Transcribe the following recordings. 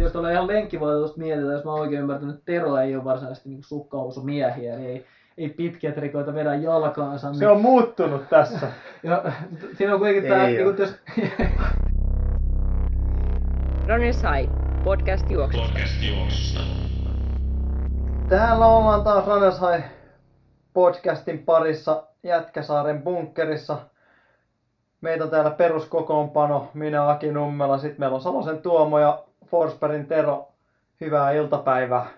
jos tulee ihan lenkkivoitelusta mietitään, jos mä oon oikein ymmärtänyt, Tero ei ole varsinaisesti niin sukkahousumiehiä, eli ei pitkiä trikoita vedä jalkaansa. Se on muuttunut tässä. Ja siinä on kuitenkin tää, niin jos... Runners High, podcast juoksusta. Täällä ollaan taas Runners High podcastin parissa Jätkäsaaren bunkkerissa. Meitä on täällä peruskokoonpano, minä Aki Nummela, sitten meillä on Salosen Tuomo ja Forsbergin Tero. Hyvää iltapäivää.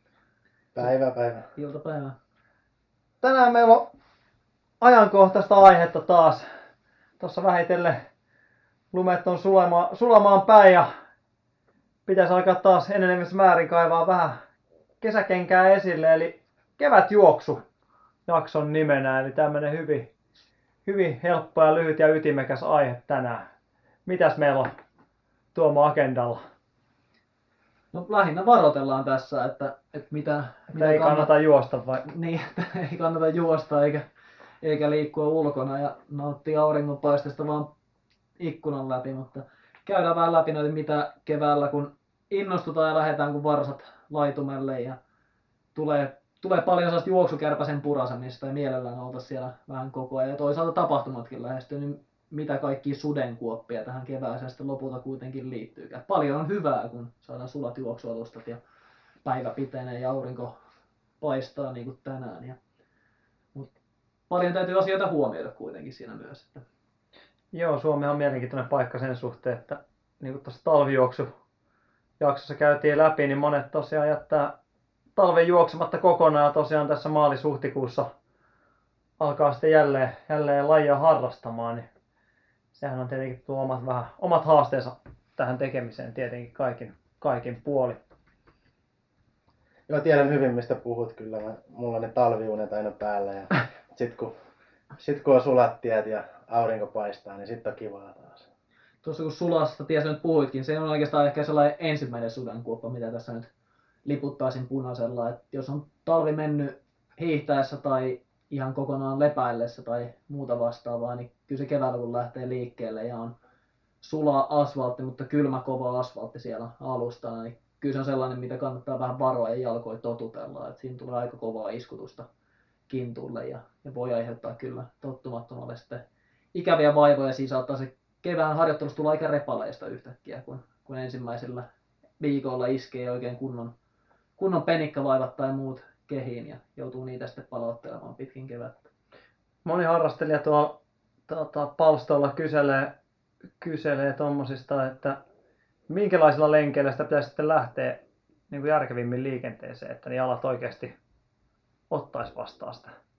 Päivä. Iltapäivää. Tänään meillä on ajankohtaista aihetta taas. Tuossa vähitellen lumet on sulamaan päin ja pitäisi alkaa taas enenevissä määrin kaivaa vähän kesäkenkää esille. Eli kevätjuoksu jakson nimenä. Eli tämmönen hyvin helppo ja lyhyt ja ytimekäs aihe tänään. Mitäs meillä on Tuomo agendalla? No lähinnä varoitellaan tässä, että mitä ei kannata juosta vai? Niin, että ei kannata juosta eikä liikkua ulkona ja nauttia auringonpaisteesta vaan ikkunan läpi, mutta käydään vähän läpi noita mitä keväällä kun innostutaan ja lähdetään kun varsat laitumelle ja tulee paljon sellaista juoksukärpäsen purasemista ja mielellään oltaisiin siellä vähän koko ajan ja toisaalta tapahtumatkin lähestyy, niin mitä kaikkia sudenkuoppia tähän kevääseen sitten lopulta kuitenkin liittyykään. Paljon on hyvää, kun saadaan sulat juoksualustat ja päivä pitenee ja aurinko paistaa niin kuin tänään. Mutta paljon täytyy asioita huomioida kuitenkin siinä myös. Että... Joo, Suomi on mielenkiintoinen paikka sen suhteen, että niin kuin tuossa talvijuoksujaksossa käytiin läpi, niin monet tosiaan jättää talven juoksematta kokonaan. Tosiaan tässä maalis-huhtikuussa alkaa sitten jälleen lajia harrastamaan, niin sehän on tietenkin tuo omat haasteensa tähän tekemiseen tietenkin kaikin puolin. Joo, tiedän hyvin mistä puhut kyllä. Mulla on ne talviunet aina päällä ja sit kun on sulat tiet ja aurinko paistaa, niin sit on kivaa taas. Tuossa kun sulasta tiesin nyt puhuitkin, se on oikeastaan ehkä sellainen ensimmäinen sudenkuoppa, mitä tässä nyt liputtaisin punaisella. Että jos on talvi mennyt hiihtäessä tai ihan kokonaan lepäillessä tai muuta vastaavaa, niin kyllä se keväällä kun lähtee liikkeelle ja on sulaa asfaltti, mutta kylmä kova asfaltti siellä alustana, niin kyllä se on sellainen, mitä kannattaa vähän varoa ja jalkoja totutella. Että siinä tulee aika kovaa iskutusta kintulle ja voi aiheuttaa kyllä tottumattomalle sitten ikäviä vaivoja. Siinä saattaa se kevään harjoittelussa tulla aika repaleista yhtäkkiä, kun ensimmäisellä viikolla iskee oikein kunnon penikkavaivat tai muut kehiin ja joutuu niitä sitten palauttelemaan pitkin kevättä. Moni harrastelija tuo palstoilla kyselee tommosista, että minkälaisilla lenkeillä sitä pitäisi sitten lähteä niin kuin järkevimmin liikenteeseen, että ne jalat oikeasti ottaisi vastaan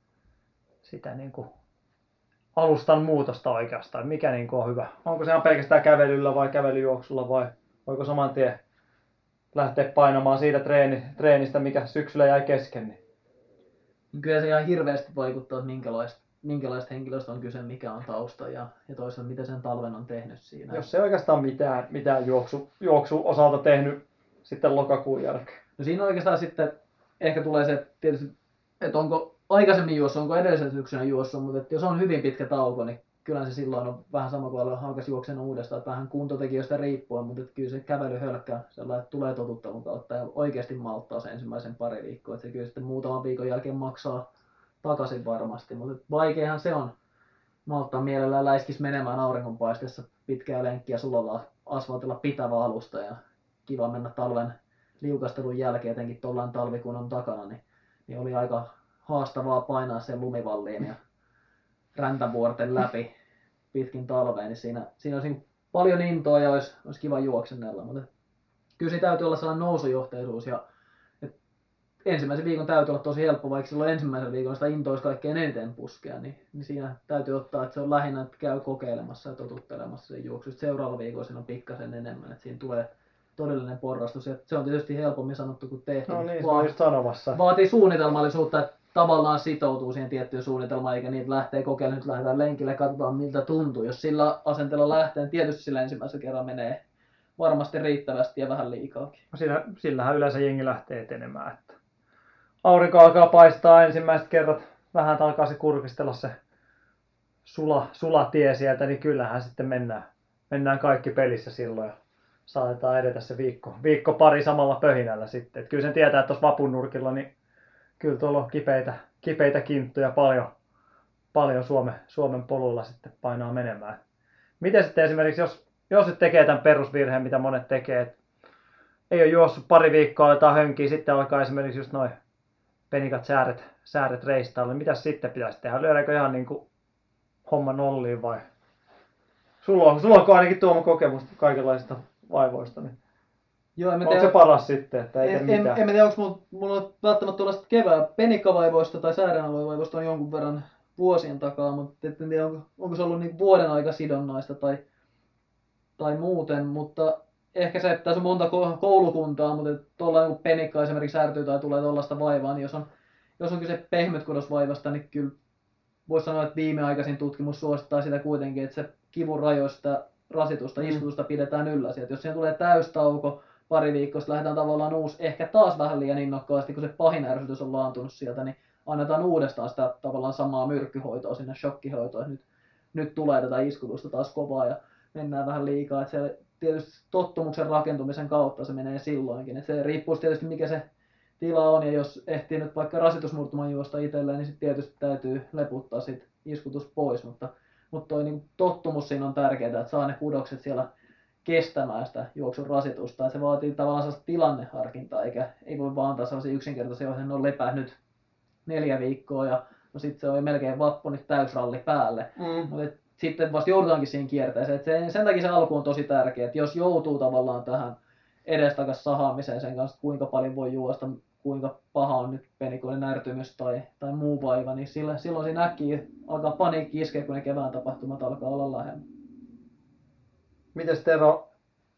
sitä niin kuin alustan muutosta oikeastaan. Mikä niin kuin on hyvä? Onko se ihan pelkästään kävelyllä vai kävelyjuoksulla vai voiko saman tien lähteä painamaan siitä treenistä, mikä syksyllä jäi kesken? Niin kyllä se ihan hirveästi vaikuttaa, että minkälaista henkilöstä on kyse, mikä on tausta ja toisaalta mitä sen talven on tehnyt siinä. Jos ei oikeastaan mitään juoksu osalta tehnyt sitten lokakuun jälkeen. No siinä oikeastaan sitten ehkä tulee se tietysti, että onko aikaisemmin juossut, onko edellisen syksynä juossut, mutta että jos on hyvin pitkä tauko, niin kyllä se silloin on vähän sama kuin alkaisi juoksen uudestaan, että vähän kuntotekijöistä riippuen, mutta että kyllä se kävely hölkkää sellainen, että tulee totuttelun kautta ja oikeasti malttaa se ensimmäisen pari viikkoa, että se kyllä sitten muutaman viikon jälkeen maksaa takaisin varmasti, mutta vaikeahan se on malttaa mielellään läiskisi menemään auringonpaisteessa pitkää lenkkiä sulalla asfaltilla pitävä alusta ja kiva mennä talven liukastelun jälkeen, etenkin tuollainen talvi kun on takana, niin oli aika haastavaa painaa sen lumivalliin ja räntävuorten läpi pitkin talveen, niin siinä olisi paljon intoa ja olisi kiva juoksennella, mutta kyllä siinä täytyy olla sellainen nousujohteisuus ja ensimmäisen viikon täytyy olla tosi helppo, vaikka silloin ensimmäisen viikon sitä intoa olisi kaikkein eniten puskea, niin siinä täytyy ottaa, että se on lähinnä, että käy kokeilemassa ja totuttelemassa sen juoksu. Seuraavalla viikolla siinä on pikkasen enemmän, että siinä tulee todellinen porrastus ja se on tietysti helpommin sanottu kuin tehty. No niin, se on just sanomassa. Vaatii suunnitelmallisuutta, että tavallaan sitoutuu siihen tiettyyn suunnitelmaan, eikä niitä lähtee kokeilemaan, nyt lähdetään lenkille ja katsotaan miltä tuntuu. Jos sillä asenteella lähtee, niin tietysti sillä ensimmäisellä kerran menee varmasti riittävästi ja vähän liikaakin. Sillähän yleensä jengi lähtee etenemään. Että aurinko alkaa paistaa ensimmäiset kerrat, vähän alkaa se kurkistella se sula tie sieltä, niin kyllähän sitten mennään kaikki pelissä silloin. saatetaan edetä se viikko pari samalla pöhinällä sitten. Et kyllä sen tietää, että tuossa vapun nurkilla, niin kyllä tuolla on kipeitä kinttuja paljon Suomen polulla sitten painaa menemään. Miten sitten esimerkiksi, jos nyt tekee tämän perusvirheen, mitä monet tekee, että ei ole juossut pari viikkoa, aletaan hönkiä, sitten alkaa esimerkiksi just noin penikat sääret reistailla, niin mitä sitten pitäisi tehdä? Lyödäänkö ihan niin kuin homma nolliin vai? Sulla on ainakin Tuomo kokemusta kaikenlaisista vaivoista, niin Joo, en mä onko tiedä, se paras sitten, että ei tee mitään? en mä tiedä, onko mulla on välttämättä tuollaista kevään penikkavaivoista tai sääreenaluevaivoista on jonkun verran vuosien takaa, mutta en tiedä, onko se ollut niin vuoden aika sidonnaista tai muuten, mutta ehkä se, että tässä on monta koulukuntaa, mutta tuolla joku penikka esimerkiksi särtyy tai tulee tuollaista vaivaa, niin jos on kyse pehmytkudosvaivasta, niin kyllä voisi sanoa, että viimeaikaisin tutkimus suosittaa sitä kuitenkin, että se kivun rajoista rasitusta, iskutusta pidetään yllä. Että jos siihen tulee täystauko pari viikkoa, sitten lähdetään tavallaan uusi, ehkä taas vähän liian innokkaasti, kun se pahin ärsytys on laantunut sieltä, niin annetaan uudestaan sitä tavallaan samaa myrkkyhoitoa sinne shokkihoitoon, että nyt tulee tätä iskutusta taas kovaa ja mennään vähän liikaa. Että se tietysti tottumuksen rakentumisen kautta se menee silloinkin. Että se riippuu tietysti mikä se tila on, ja jos ehtii nyt vaikka rasitusmurtuman juosta itselleen, niin sitten tietysti täytyy leputtaa sit iskutus pois, mutta toi niin tottumus siinä on tärkeää, että saa ne kudokset siellä kestämään sitä juoksun rasitusta, että se vaatii tavallaan sellaista tilanneharkintaa, ei voi vaan antaa sellaisia yksinkertaisia, että ne on lepännyt 4 viikkoa, ja no sitten se on jo melkein vappu, nyt täysralli päälle, mutta sitten vasta joudutaankin siihen kierteeseen, että sen takia se alku on tosi tärkeä, että jos joutuu tavallaan tähän edestakas sahaamiseen sen kanssa, kuinka paljon voi juosta, kuinka paha on nyt penikoiden ärtymys tai muu vaiva, niin silloin siinä äkkiä alkaa paniikki iskeä, kun ne kevään tapahtumat alkaa olla lähellä. Mites Tero,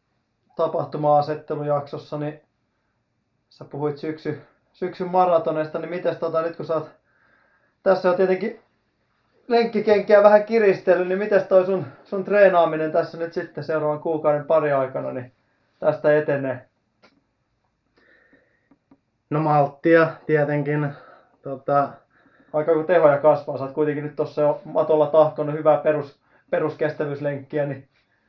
tapahtuma-asettelujaksossa, niin sä puhuit syksyn maratoneista, niin mites nyt kun sä oot, tässä on tietenkin lenkkikenkiä vähän kiristellyt, niin mites toi sun treenaaminen tässä nyt sitten seuraavan kuukauden pari aikana, niin tästä etenee? No malttia tietenkin. Aika kun tehoja kasvaa, sä oot kuitenkin nyt tuossa jo matolla tahkonut hyvää peruskestävyyslenkkiä, niin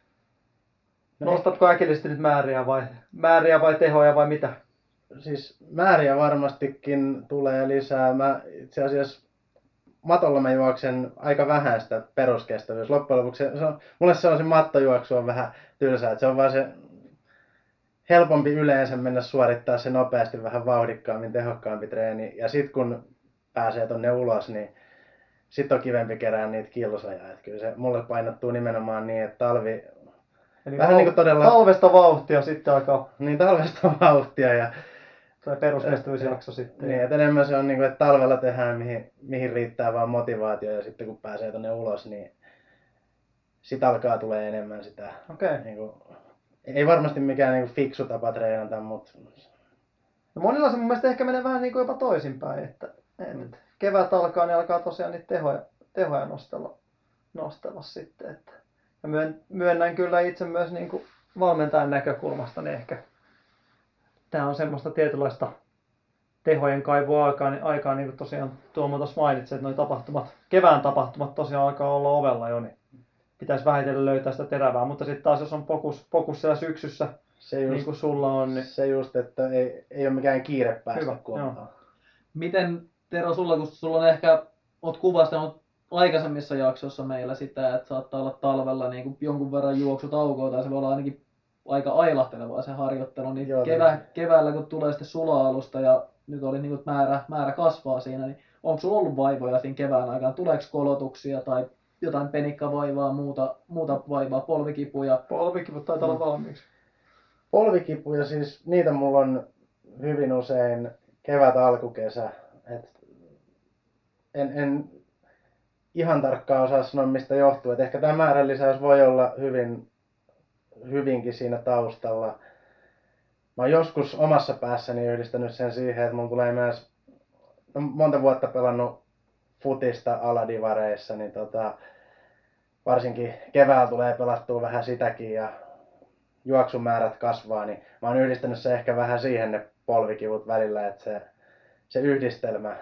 nostatko äkillisesti nyt määriä vai tehoja vai mitä? Siis määriä varmastikin tulee lisää. Mä itse asiassa matolla mä juoksen aika vähän sitä peruskestävyys. Loppujen lopuksi mulle se on se mattojuoksu on vähän tylsää, että se on vaan se helpompi yleensä mennä suorittaa se nopeasti, vähän vauhdikkaammin, tehokkaampi treeni. Ja sitten kun pääsee tonne ulos, niin sitten on kivempi kerää niitä kilsoja. Että kyllä se mulle painottuu nimenomaan niin, että talvi... Eli vähän niin kuin todella... talvesta vauhtia sitten alkaa. Niin, talvesta vauhtia ja... Se peruskestävyysjakso sitten. Niin, että enemmän se on niin kuin, että talvella tehdään mihin riittää vaan motivaatio ja sitten kun pääsee tonne ulos, niin sit alkaa tulee enemmän sitä. Okay. Niin kuin, ei varmasti mikään niin kuin fiksu tapa treenata, mutta... No monilla se mun mielestä ehkä menee vähän niin kuin jopa toisinpäin, että kevät alkaa, niin alkaa tosiaan niitä tehoja nostella sitten. Että. Ja myönnän kyllä itse myös niin kuin valmentajan näkökulmasta, niin ehkä tämä on semmoista tietynlaista tehojen kaivua aikaa niin kuin tosiaan Tuomo tuossa mainitsi, että noi kevään tapahtumat tosiaan alkaa olla ovella jo, niin pitäisi vähitellen löytää sitä terävää, mutta sitten taas jos on fokus siellä syksyssä, niin kuin sulla on, niin... Se just, että ei ole mikään kiire päästä kuntoon. Miten Tero sulla, kun sulla on ehkä, oot kuvastanut aikaisemmissa jaksoissa meillä sitä, että saattaa olla talvella niin kuin jonkun verran juoksutaukoa tai se voi olla ainakin aika ailahtelevaa se harjoittelu, niin keväällä kun tulee sitten sula-alusta ja nyt oli niin kuin määrä kasvaa siinä, niin onko sulla ollut vaivoja siinä kevään aikana? Tuleeko kolotuksia tai jotain penikkavaivaa, muuta vaivaa, polvikipuja? Polvikiput taitaa olla valmiiksi. Polvikipuja siis, niitä mulla on hyvin usein kevät, alkukesä. En ihan tarkkaan osaa sanoa mistä johtuu. Et ehkä tämä määrän lisäys voi olla hyvinkin siinä taustalla. Mä oon joskus omassa päässäni yhdistänyt sen siihen, että mulla tulee myös monta vuotta pelannut futista aladivareissa, niin varsinkin keväällä tulee pelattua vähän sitäkin ja juoksumäärät kasvaa, niin mä oon yhdistänyt se ehkä vähän siihen ne polvikivut välillä, että se yhdistelmä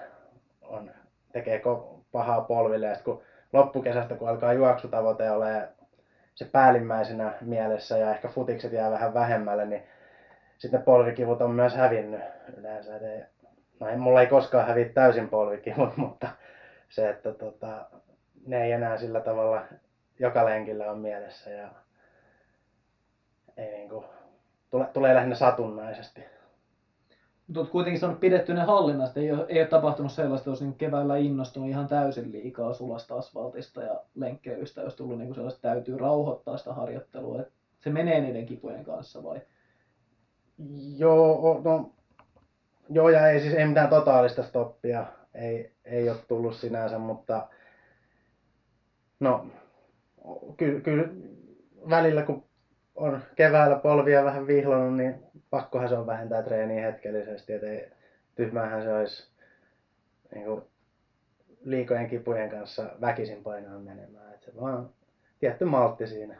tekee pahaa polville ja kun loppukesästä kun alkaa juoksutavoite olemaan se päällimmäisenä mielessä ja ehkä futikset jää vähän vähemmälle, niin sitten polvikivut on myös hävinnyt yleensä. Mulla ei koskaan häviä täysin polvikivut, mutta se, että ne ei enää sillä tavalla joka lenkillä on mielessä ja ei niinku, tulee lähinnä satunnaisesti. Mutta olet kuitenkin saanut pidettyä ne hallinnasta. Ei ole tapahtunut sellaista, että olisi niin keväällä innostunut ihan täysin liikaa sulasta asfaltista ja lenkkeilystä, jos tullut niin sellaista, täytyy rauhoittaa sitä harjoittelua. Että se menee niiden kipujen kanssa vai? Joo ja ei, siis ei mitään totaalista stoppia. Ei ole tullut sinänsä, mutta no kyllä välillä kun on keväällä polvia vähän vihlannut, niin pakkohan se on vähentää treeniä hetkellisesti, ettei tyhmähän se olisi niin kuin liikojen kipujen kanssa väkisin painaa menemään. Että se vaan tietty maltti siinä.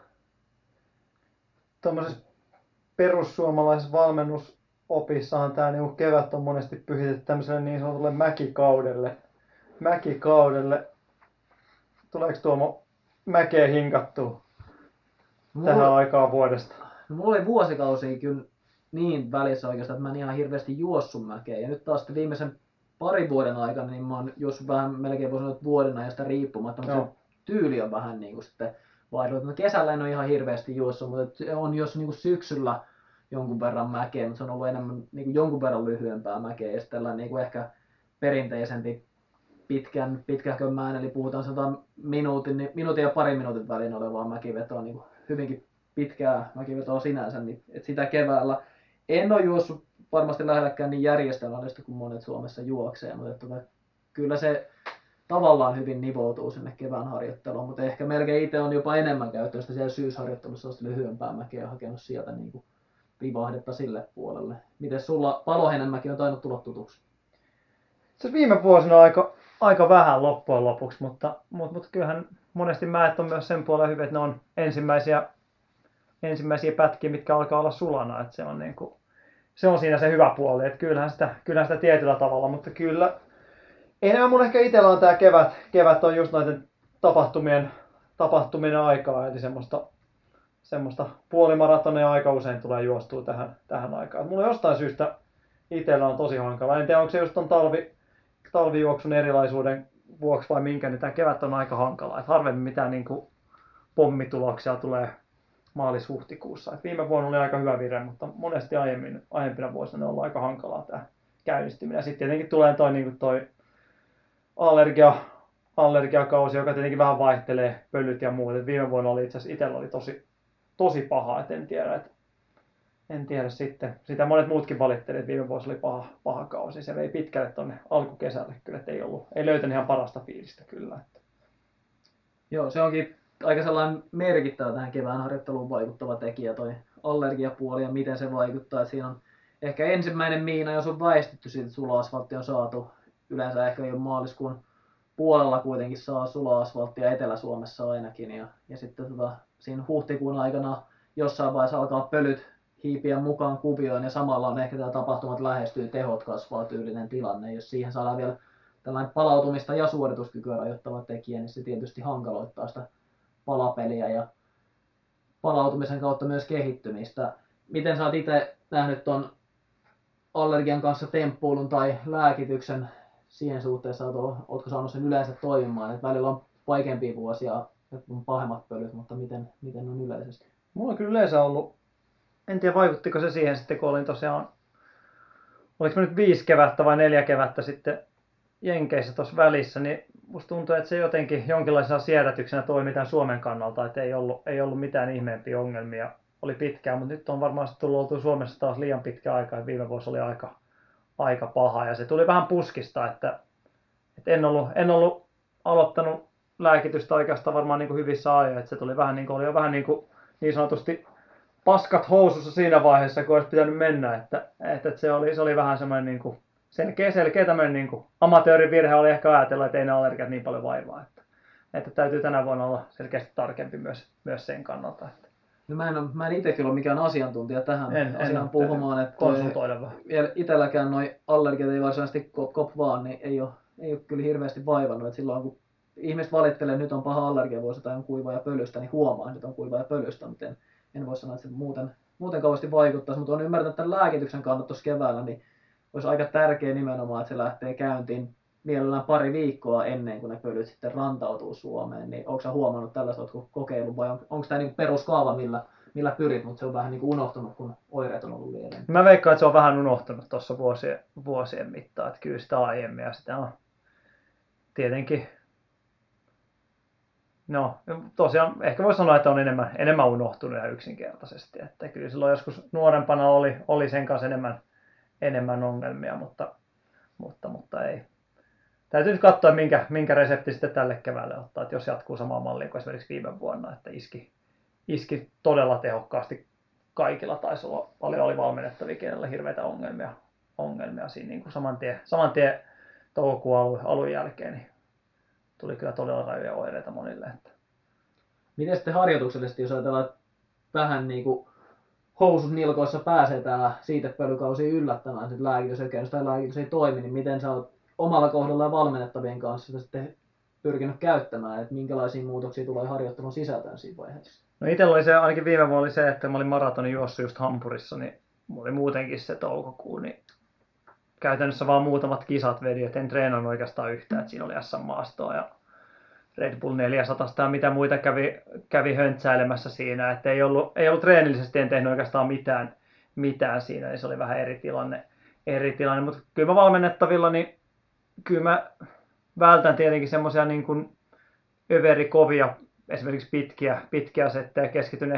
Tuommoisessa perussuomalaisessa valmennusopissahan tämä niinku kevät on monesti pyhitetty tämmöiselle niin sanotulle mäkikaudelle. Tuleeko Tuomo mäkeä hinkattua tähän aikaan vuodesta? No, mulla oli vuosikausia kyllä niin välissä oikeastaan, että mä en ihan hirveästi juossut mäkeä. Ja nyt taas viimeisen parin vuoden aikana, niin mä oon juossut vähän melkein voi sanoa, että vuoden ajasta riippumatta, mutta se tyyli on vähän niin kuin sitten vaihdellut. No, kesällä en ole ihan hirveästi juossut, mutta on jos niin kuin syksyllä jonkun verran mäkeä, mutta se on ollut enemmän niin kuin jonkun verran lyhyempää mäkeä ja sitten niin kuin ehkä perinteisempi pitkähkön mäen, eli puhutaan 100 minuutin ja parin minuutin väliin olevaa mäkivetoa, niin kuin hyvinkin pitkää mäkivetoa sinänsä, niin että sitä keväällä en ole juossut varmasti lähelläkään niin järjestelmällistä kuin monet Suomessa juoksee, mutta kyllä se tavallaan hyvin nivoutuu sinne kevään harjoitteluun, mutta ehkä melkein itse on jopa enemmän käyttänyt sitä siellä syysharjoittelussa lyhyempää mäkeä ja hakenut sieltä niin kuin vivahdetta sille puolelle. Miten sulla Paloheinänmäki on tainnut tulla tutuksi? Se viime vuosina aika vähän loppujen lopuksi, mutta kyllähän monesti mäet on myös sen puolella hyvin, että ne on ensimmäisiä pätkiä, mitkä alkaa olla sulana, että se on siinä se hyvä puoli, että kyllähän sitä tietyllä tavalla, mutta kyllä enemmän mun ehkä itsellä on tää kevät on just noiden tapahtumien aikaa, eli semmoista puolimaratonia aika usein tulee juostua tähän aikaan. Mulla jostain syystä itsellä on tosi hankala. En tiedä, onko se just ton talvijuoksun erilaisuuden vuoksi vai minkä, niin tää kevät on aika hankala. Et harvemmin mitään niinku pommituloksia tulee maalis-huhtikuussa. Et viime vuonna oli aika hyvä vire, mutta monesti aiempina vuosina ne on ollut aika hankalaa tää käynnistyminen. Sitten tietenkin tulee toi allergiakausi, joka tietenkin vähän vaihtelee, pölyt ja muut. Et viime vuonna oli itse asiassa itsellä oli tosi paha, et en tiedä sitten. Sitä monet muutkin valittelivat, että viime vuosi oli paha kausi. Se vei pitkälle tuonne alkukesälle kyllä, että ei löytänyt ihan parasta fiilistä kyllä. Joo, se onkin aika sellainen merkittävä tähän kevään harjoitteluun vaikuttava tekijä toi allergiapuoli ja miten se vaikuttaa. Että siinä on ehkä ensimmäinen miina, jos on väistetty siitä, että sula-asfaltti on saatu. Yleensä ehkä jo maaliskuun puolella kuitenkin saa sula-asfalttia Etelä-Suomessa ainakin. Ja sitten siinä huhtikuun aikana jossain vaiheessa alkaa pölyt hiipiä mukaan kuvioon ja samalla on ehkä tämä tapahtumat lähestyy, tehot kasvaa tyylinen tilanne. Jos siihen saadaan vielä tällainen palautumista ja suorituskykyä rajoittava tekijä, niin se tietysti hankaloittaa sitä palapeliä ja palautumisen kautta myös kehittymistä. Miten sä oot itse nähnyt ton allergian kanssa temppuilun tai lääkityksen siihen suhteessa, että ootko saanut sen yleensä toimimaan? Että välillä on vaikeampia vuosia, että on pahemmat pölyt, mutta miten on yleisesti? Mulla on kyllä yleensä ollut, en tiedä vaikuttiko se siihen sitten, kun olin tosiaan, oliko mä nyt 5 kevättä vai 4 kevättä sitten Jenkeissä tuossa välissä, niin musta tuntuu, että se jotenkin jonkinlaisena siedätyksenä toimi tämän Suomen kannalta, että ei ollut mitään ihmeempiä ongelmia. Oli pitkään, mutta nyt on varmaan tullut oltu Suomessa taas liian pitkä aika, ja viime vuosi oli aika paha, ja se tuli vähän puskista, että en ollut aloittanut lääkitystä oikeastaan varmaan niin kuin hyvissä ajoin, että se tuli oli jo vähän niin sanotusti paskat housussa siinä vaiheessa, kun olisi pitänyt mennä, että se oli vähän semmoinen niin kuin selkeä tämmöinen niin kuin amatöörin virhe oli ehkä ajatella, että ei ne allergiat niin paljon vaivaa, että täytyy tänä vuonna olla selkeästi tarkempi myös sen kannalta. No mä en itse kyllä ole mikään asiantuntija tähän asiaan puhumaan, että konsultoida vähän. Itselläkään noi allergiat ei varsinaisesti kop vaan, niin ei ole kyllä hirveästi vaivannut, että silloin kun ihmiset valittelee, että nyt on paha allergiavuosi tai on kuiva ja pölystä, niin huomaa, että on kuiva ja pölystä, mutta en voi sanoa, että se muuten kauheasti vaikuttaisi, mutta on ymmärtänyt, että lääkityksen kannalta tuossa keväällä, niin olisi aika tärkeä nimenomaan, että se lähtee käyntiin mielellään pari viikkoa ennen kuin ne pölyt sitten rantautuu Suomeen. Niin onko sä huomannut tällaista, oletko kokeillut vai onko tämä niin peruskaava, millä pyrit, mutta se on vähän niin kuin unohtunut, kun oireet on ollut liian. Mä veikkaan, että se on vähän unohtunut tuossa vuosien mittaan, että kyllä sitä aiemmin ja sitä on tietenkin, no tosiaan ehkä voi sanoa, että on enemmän unohtunut ja yksinkertaisesti, että kyllä silloin joskus nuorempana oli sen kanssa enemmän ongelmia, mutta ei. Täytyy nyt katsoa, minkä resepti sitten tälle keväälle ottaa, että jos jatkuu samaa mallia kuin esimerkiksi viime vuonna, että iski todella tehokkaasti kaikilla, taisi olla paljon alivalmennettavia, kenellä hirveitä ongelmia siinä niin kuin saman tien toukokuun alun jälkeen, niin tuli kyllä todella rajuja oireita monille. Että. Miten sitten harjoituksellisesti, jos ajatellaan, että vähän niin kuin housut nilkoissa pääsee täällä siitepölykausi yllättämään, että lääkitys tai lääkitys ei toimi, niin miten sä oot omalla kohdalla ja valmennettavien kanssa sitä sitten pyrkinyt käyttämään, että minkälaisia muutoksia tulee harjoittelun sisältöön siinä vaiheessa? No itsellä oli se, ainakin viime vuonna oli se, että mä olin maratonin juossut just Hampurissa, niin mulla oli muutenkin se toukokuu, niin käytännössä vaan muutamat kisat vedin, et en treenannut oikeastaan yhtään, että siinä oli SM-maastoa ja Red Bull 400 ja mitä muita kävi höntsäilemässä siinä, että ei ollut treenillisesti, en tehnyt oikeastaan mitään siinä, niin se oli vähän eri tilanne, mutta kyllä mä valmennettavilla, niin kyllä mä vältän tietenkin semmoisia niin kuin kovia, esimerkiksi pitkiä settejä,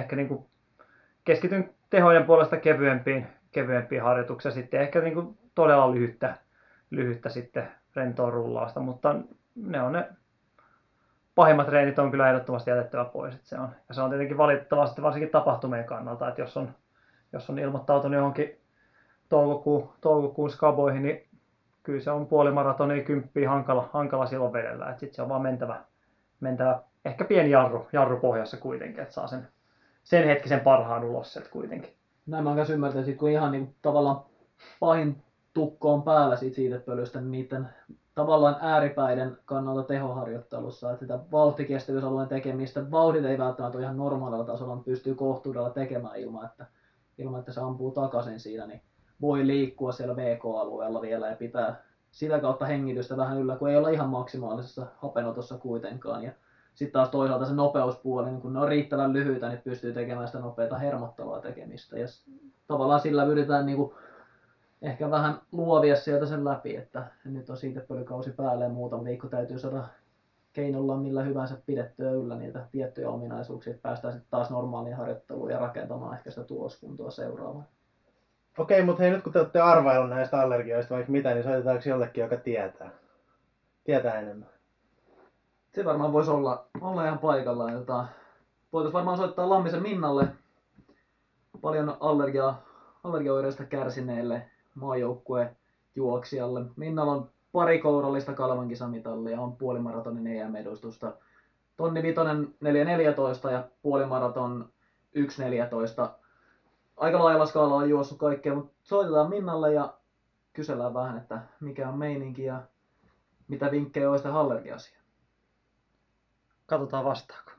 keskityn tehojen puolesta kevyempiin harjoituksiin, sitten ehkä niin kuin todella lyhyttä sitten rentoa rullausta, mutta ne pahimmat treenit on kyllä ehdottomasti jätettävä pois, että se on tietenkin valitettavasti varsinkin tapahtumien kannalta, että jos on ilmoittautunut johonkin toukokuun skaboihin, niin kyllä se on puolimaratoni 10 hankala silloin vedellä, että sitten se on vaan mentävä ehkä pieni jarru pohjassa kuitenkin, että saa sen hetkisen parhaan ulos sieltä kuitenkin. Näin mä oon kanssa ymmärtänyt, että kun ihan niin tavallaan pahin tukko on päällä siitä siitepölystä, niin niiden tavallaan ääripäiden kannalta tehoharjoittelussa, että sitä vauhtikestävyysalueen tekemistä, vauhdit ei välttämättä ole ihan normaalilla tasolla, mutta pystyy kohtuudella tekemään ilman, että se ampuu takaisin siinä, niin voi liikkua siellä VK-alueella vielä ja pitää sitä kautta hengitystä vähän yllä, kun ei olla ihan maksimaalisessa hapenotossa kuitenkaan. Ja sitten taas toisaalta se nopeuspuoli, niin kun ne on riittävän lyhyitä, niin pystyy tekemään sitä nopeata hermottavaa tekemistä. Ja tavallaan sillä yritetään niin kuin ehkä vähän luovia sieltä sen läpi, että nyt on siitepölykausi päälle ja muutama viikko täytyy saada keinolla millä hyvänsä pidettyä yllä niitä tiettyjä ominaisuuksia, että päästään sitten taas normaaliin harjoitteluun ja rakentamaan ehkä sitä tuloskuntoa seuraavaan. Okei, mutta hei, nyt kun te olette arvaillut näistä allergioista vaikka mitä, niin soitetaanko jollekin, joka tietää enemmän? Se varmaan voisi olla ihan paikallaan. Voitaisiin varmaan soittaa Lammisen Minnalle, paljon allergiaoireista kärsineelle maajoukkuejuoksijalle. Minnalla on pari kourallista Kalvan kisamitalia, on puolimaratonin EM-edustusta. Tonni vitonen 4.14 ja puolimaraton 1.14. Aika laajalla skaalalla on juossut kaikkea, mutta soitetaan Minnalle ja kysellään vähän, että mikä on meininki ja mitä vinkkejä olisi tähän allergia-asiaan. Katsotaan vastaako.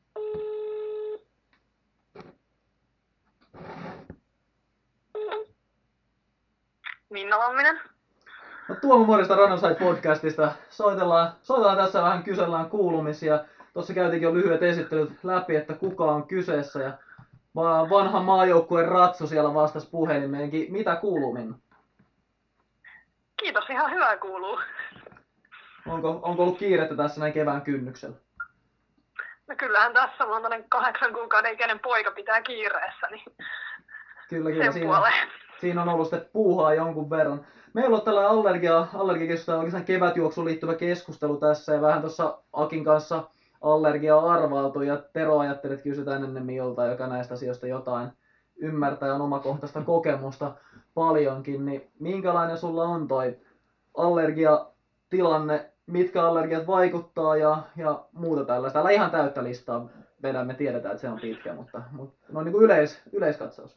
Minna Lamminen. No, Tuomo Morista Runners podcastista. Soitellaan tässä vähän, kysellään kuulumisia. Tuossa käytiinkin jo lyhyet esittelyt läpi, että kuka on kyseessä. Ja vanha maajoukkueen ratsu siellä vastasi puhelimeenkin. Mitä kuuluu, Minna? Kiitos, ihan hyvää kuuluu. Onko ollut kiirettä tässä näin kevään kynnyksellä? No kyllähän tässä on 8 kuukauden ikäinen poika pitää kiireessä, niin Kyllä, siinä on ollut sitten puuhaa jonkun verran. Meillä on tällainen allergiakeskustelu, oikeastaan kevätjuoksuun liittyvä keskustelu tässä ja vähän tuossa Akin kanssa allergiaa arvailtu ja Tero ajatteli, että kysytään ennemmin joltain, joka näistä asioista jotain ymmärtää ja on omakohtaista kokemusta paljonkin, niin minkälainen sulla on toi allergiatilanne, mitkä allergiat vaikuttaa ja muuta tällaista. Älä ihan täyttä listaa vedä, me tiedetään, että se on pitkä, mutta no niin kuin yleiskatsaus.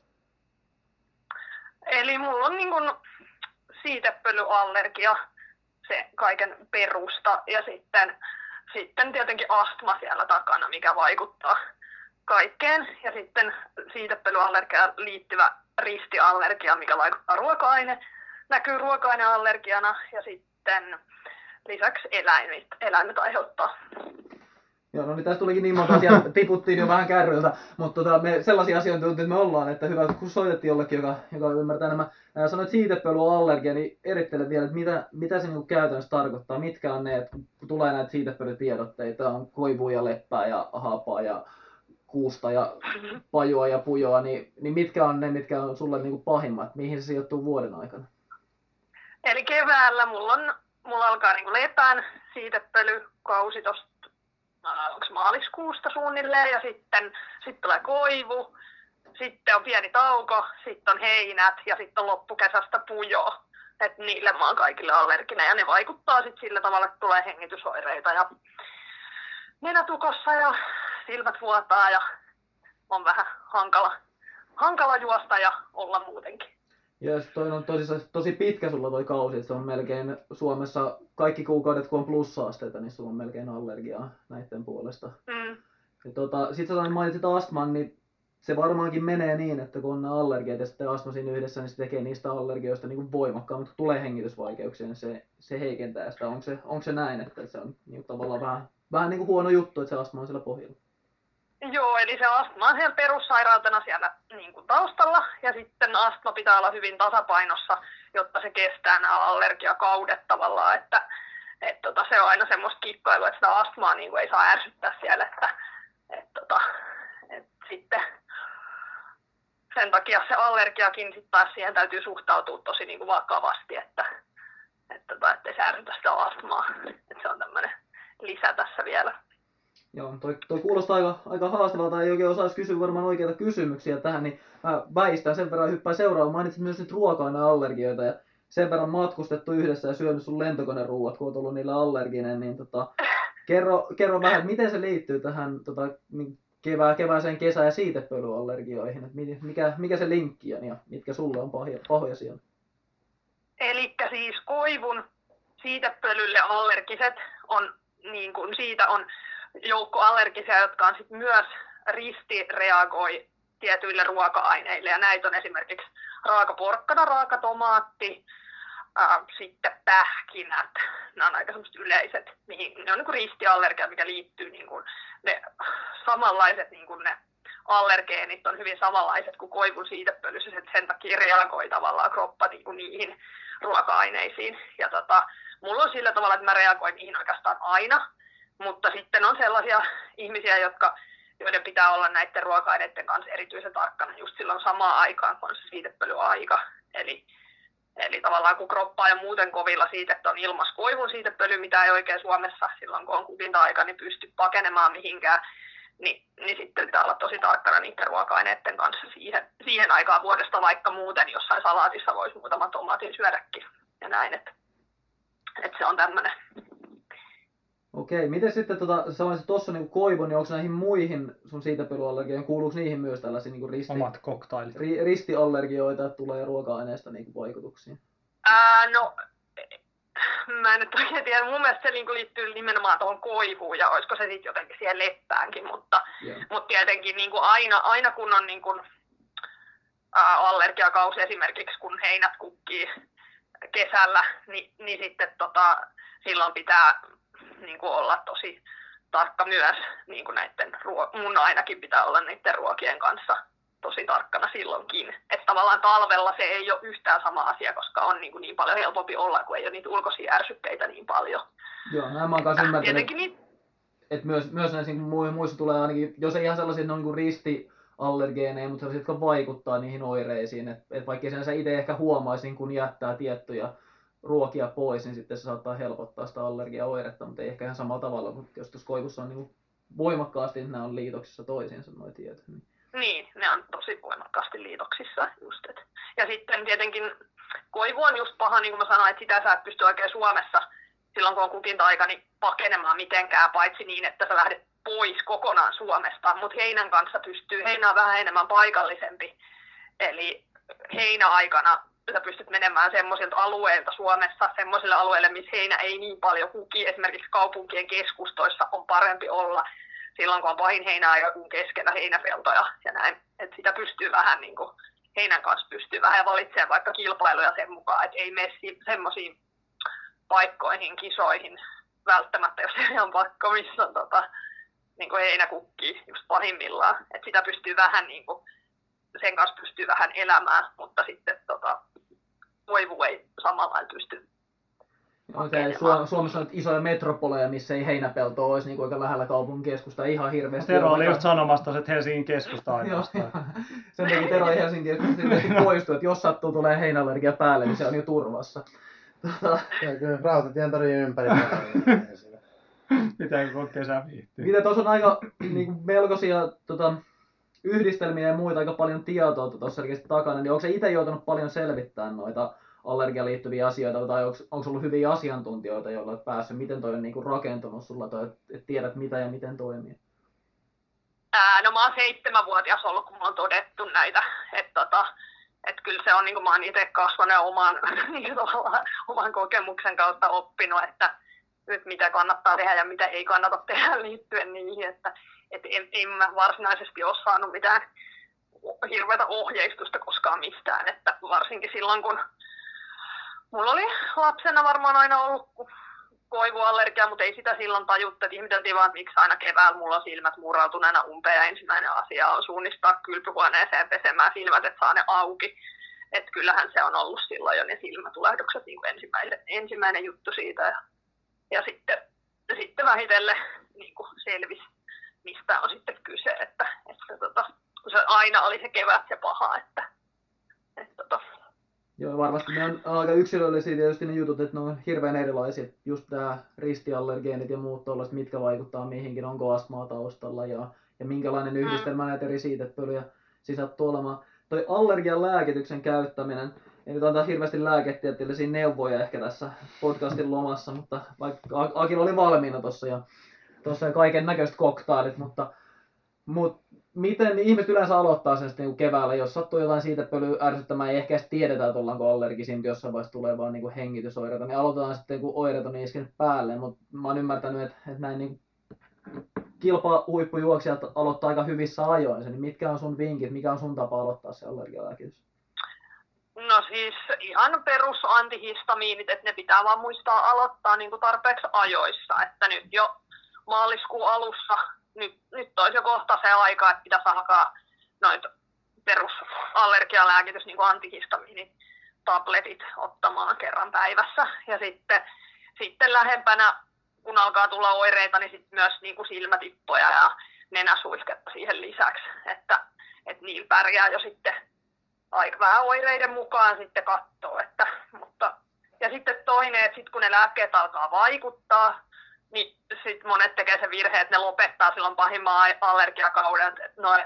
Eli mulla on niin kuin siitepölyallergia, se kaiken perusta, ja sitten sitten tietenkin astma siellä takana, mikä vaikuttaa kaikkeen. Ja sitten siitepölyallergiaan liittyvä ristiallergia, mikä vaikuttaa näkyy ruoka-aineallergiana. Ja sitten lisäksi eläimet aiheuttaa. Joo, no niin tässä tulikin niin monta asiaa, tiputtiin jo vähän kärryiltä, mutta me sellaisia asiantuntijoita me ollaan, että hyvä, kun soitettiin jollekin, joka ymmärtää nämä. Sanoit siitepölyallergia, niin erittele vielä, että mitä se niin käytännössä tarkoittaa, mitkä on ne, että kun tulee näitä siitepölytiedotteita, on koivua ja leppää ja haapaa ja kuusta ja pajua ja pujoa, niin mitkä on ne, mitkä on sulle niin kuin pahimmat, mihin se sijoittuu vuoden aikana? Eli keväällä mulla alkaa niin kuin lepän siitepölykausi tosta, onko maaliskuusta suunnilleen, ja sitten tulee koivu, sitten on pieni tauko, sitten on heinät ja sitten on loppukesästä pujo. Että niille mä oon kaikille allerginen ja ne vaikuttaa sitten sillä tavalla, että tulee hengitysoireita ja nenätukossa ja silmät vuotaa ja on vähän hankala juosta ja olla muutenkin. Ja toi on tosi pitkä sulla toi kausi, että se on melkein Suomessa kaikki kuukaudet, kun on plussa-asteita, niin sulla on melkein allergiaa näiden puolesta. Sitten sä mainitsit astman, niin se varmaankin menee niin, että kun on nämä allergiat ja sitten astma siinä yhdessä, niin se tekee niistä allergioista niin voimakkaan, mutta kun tulee hengitysvaikeuksia, niin se heikentää sitä. Onko se näin, että se on niin tavallaan vähän niin kuin huono juttu, että se astma on siellä pohjalla? Joo, eli se astma on siellä perussairautena siellä niin kuin taustalla, ja sitten astma pitää olla hyvin tasapainossa, jotta se kestää nämä allergiakaudet tavallaan, että se on aina semmoista kikkailua, että sitä astmaa niin kuin ei saa ärsyttää siellä, että sitten sen takia se allergiakin sitten taas siihen täytyy suhtautua tosi niin kuin vakavasti, että ei se ärsytä sitä astmaa, että se on tämmöinen lisä tässä vielä. Joo, toi kuulostaa aika haastavalta, ei oikein osaisi kysyä varmaan oikeita kysymyksiä tähän, niin mä väistän sen verran hyppään seuraavaan. Mainitsit myös nyt ruoka-aineallergioita ja sen verran matkustettu yhdessä ja syönyt sun lentokoneruuat, kun oot ollut niillä allerginen, niin kerro vähän, että miten se liittyy tähän kevääseen kesä- ja siitepölyallergioihin, että mikä se linkki on ja mitkä sulle on pahoja siellä? Elikkä siis koivun siitepölylle allergiset on, niin kuin siitä on joukko allergisia, jotka on sit myös ristireagoi tietyille ruoka-aineille. Ja näitä on esimerkiksi raakaporkkana, raakatomaatti, sitten pähkinät. Nämä on aika semmoiset yleiset, mihin ne on niin kuin ristiallergia, mikä liittyy niin kuin ne samanlaiset niin kuin ne allergeenit on hyvin samanlaiset kuin koivun siitepölyssä, että sen takia reagoi tavallaan kroppa niin kuin niihin ruoka-aineisiin. Ja mulla on sillä tavalla, että mä reagoin niihin oikeastaan aina. Mutta sitten on sellaisia ihmisiä, joiden pitää olla näiden ruoka-aineiden kanssa erityisen tarkkana just silloin samaan aikaan, kun on se siitepölyaika. Eli tavallaan kun kroppa ja muuten kovilla siitä, että on ilmassa koivun siitepöly, mitä ei oikein Suomessa silloin kun on kukinta-aika, niin pysty pakenemaan mihinkään, niin sitten pitää olla tosi tarkkana niiden ruoka-aineiden kanssa siihen aikaan vuodesta, vaikka muuten jossain salaatissa voisi muutaman tomaatin syödäkin ja näin, että se on tämmöinen. Okei, miten sitten sanoisit tuossa niin koivun, niin onko näihin muihin sun siitepölyallergioihin, kuuluuko niihin myös tällaisia niin omat cocktailit? Ristiallergioita, että tulee ruoka-aineesta niin vaikutuksia? No, mä en nyt oikein tiedä. Mun mielestä se niin liittyy nimenomaan tuohon koivuun ja olisiko se sitten jotenkin siihen leppäänkin, mutta tietenkin niin aina kun on niin kuin, allergiakausi esimerkiksi, kun heinät kukkii kesällä, niin sitten silloin pitää niin kuin olla tosi tarkka myös niin kuin mun ainakin pitää olla näiden ruokien kanssa tosi tarkkana silloinkin. Että tavallaan talvella se ei ole yhtään sama asia, koska on niin paljon helpompi olla, kun ei ole niitä ulkoisia ärsykkeitä niin paljon. Joo, näin mä oon kanssa ymmärtänyt, että myös näissä muissa tulee ainakin, jos ei ihan sellaisia niin ristiallergeeneja, mutta sellaisia, jotka vaikuttaa niihin oireisiin. Että vaikka sen itse ehkä huomaisin, kun jättää tiettyjä ruokia pois, niin sitten se saattaa helpottaa sitä allergiaoiretta, mutta ei ehkä ihan samalla tavalla, kun jos tuossa koivussa on niin voimakkaasti, niin nämä on liitoksissa toisiinsa nuo tiedot. Niin, ne on tosi voimakkaasti liitoksissa just. Ja sitten tietenkin koivu on just paha, niin kuin mä sanoin, että sitä sä et pysty oikein Suomessa silloin, kun on kukinta-aika, niin pakenemaan mitenkään, paitsi niin, että sä lähdet pois kokonaan Suomesta. Mutta heinän kanssa pystyy, heinä on vähän enemmän paikallisempi, eli heinäaikana sä pystyt menemään semmoisilta alueilta Suomessa, semmoisille alueille, missä heinä ei niin paljon kuki. Esimerkiksi kaupunkien keskustoissa on parempi olla silloin, kun on pahin heinäaika, kuin keskellä heinäpeltoja ja näin. Että sitä pystyy vähän niin kuin, heinän kanssa pystyy vähän valitsemaan vaikka kilpailuja sen mukaan, että ei mene semmoisiin paikkoihin, kisoihin välttämättä, jos ei on pakko, missä on niin kuin heinäkukki just pahimmillaan. Että sitä pystyy vähän niin kuin, sen kanssa pystyy vähän elämään, mutta sitten koivu ei samalla lailla pysty. Suomessa on isoja metropoleja, missä ei heinäpeltoa olisi niin aika lähellä kaupunkikeskusta ihan hirveästi. Tero oli just sanomassa, että Helsingin keskusta ainoastaan. Sen takia Tero ei Helsingin keskustasta poistu, että jos sattuu tulee heinäallergia päälle, niin se on jo turvassa. Kyllä Rautatien torin ympäri. Pitääkö koko kesä viihtyä? Mitä tuossa on aika niin melkoisia yhdistelmiä ja muita, aika paljon tietoa tuossa takana, niin onko se itse joutunut paljon selvittämään noita allergiaan liittyviä asioita, tai onko ollut hyviä asiantuntijoita, joilla olet päässyt? Miten toi on niin kuin rakentunut sulla, että tiedät mitä ja miten toimii? No mä oon 7-vuotias ollut, kun mä oon todettu näitä. Että kyllä se on, niin kuin mä oon itse kasvanut ja oman kokemuksen kautta oppinut, että nyt mitä kannattaa tehdä ja mitä ei kannata tehdä liittyen niihin. Että en mä varsinaisesti ole saanut mitään hirveätä ohjeistusta koskaan mistään. Että varsinkin silloin, kun mulla oli lapsena varmaan aina ollut koivuallergia, mutta ei sitä silloin tajuttu, että ihmeteltiin vaan, että miksi aina keväällä mulla on silmät murrautuneena umpeen ja ensimmäinen asia on suunnistaa kylpyhuoneeseen pesemään silmät, että saa ne auki. Että kyllähän se on ollut silloin jo ne silmätulehdukset niin kuin ensimmäinen juttu siitä. Ja sitten vähitellen niin kuin selvisi, mistä on sitten kyse, että kun se aina oli se kevät se paha, että Joo, varmasti ne on aika yksilöllisiä tietysti ne jutut, että ne on hirveän erilaisia. Just tämä ristiallergeenit ja muut tollaiset, mitkä vaikuttaa mihinkin, onko astmaa taustalla ja minkälainen yhdistelmä näitä eri siitepölyjä sisältyy olemaan. Toi allergian lääkityksen käyttäminen, ei nyt antaa hirveästi lääketieteellisiä neuvoja ehkä tässä podcastin lomassa, mutta vaikka Akilla oli valmiina tuossa ja kaiken näköiset koktailit, mutta miten ihmiset yleensä aloittaa sen sitten keväällä, jos sattuu jotain siitepölyä ärsyttämään, ei ehkä edes tiedetä, että ollaanko allergisia, mutta jossain vaiheessa tulee vaan niin hengitysoireita, niin aloitetaan sitten, kun oireet on iskenyt päälle, mutta mä oon ymmärtänyt, että näin niin kilpahuippujuoksijat aloittaa aika hyvissä ajoin, niin mitkä on sun vinkit, mikä on sun tapa aloittaa se allergialääkitys? No siis ihan perus antihistamiinit, että ne pitää vaan muistaa aloittaa niin kuin tarpeeksi ajoissa, että nyt jo maaliskuun alussa, nyt olisi jo kohta se aika, että pitäisi alkaa noita perusallergialääkitys, niin kuin antihistamiinitabletit ottamaan kerran päivässä. Ja sitten lähempänä, kun alkaa tulla oireita, niin sitten myös niin kuin silmätippoja ja nenäsuihketta siihen lisäksi, että niillä pärjää jo sitten aika vähän oireiden mukaan sitten kattoo. Ja sitten toinen, että sit kun ne lääkkeet alkaa vaikuttaa, niin sitten monet tekee se virhe, että ne lopettaa silloin pahimman allergiakauden,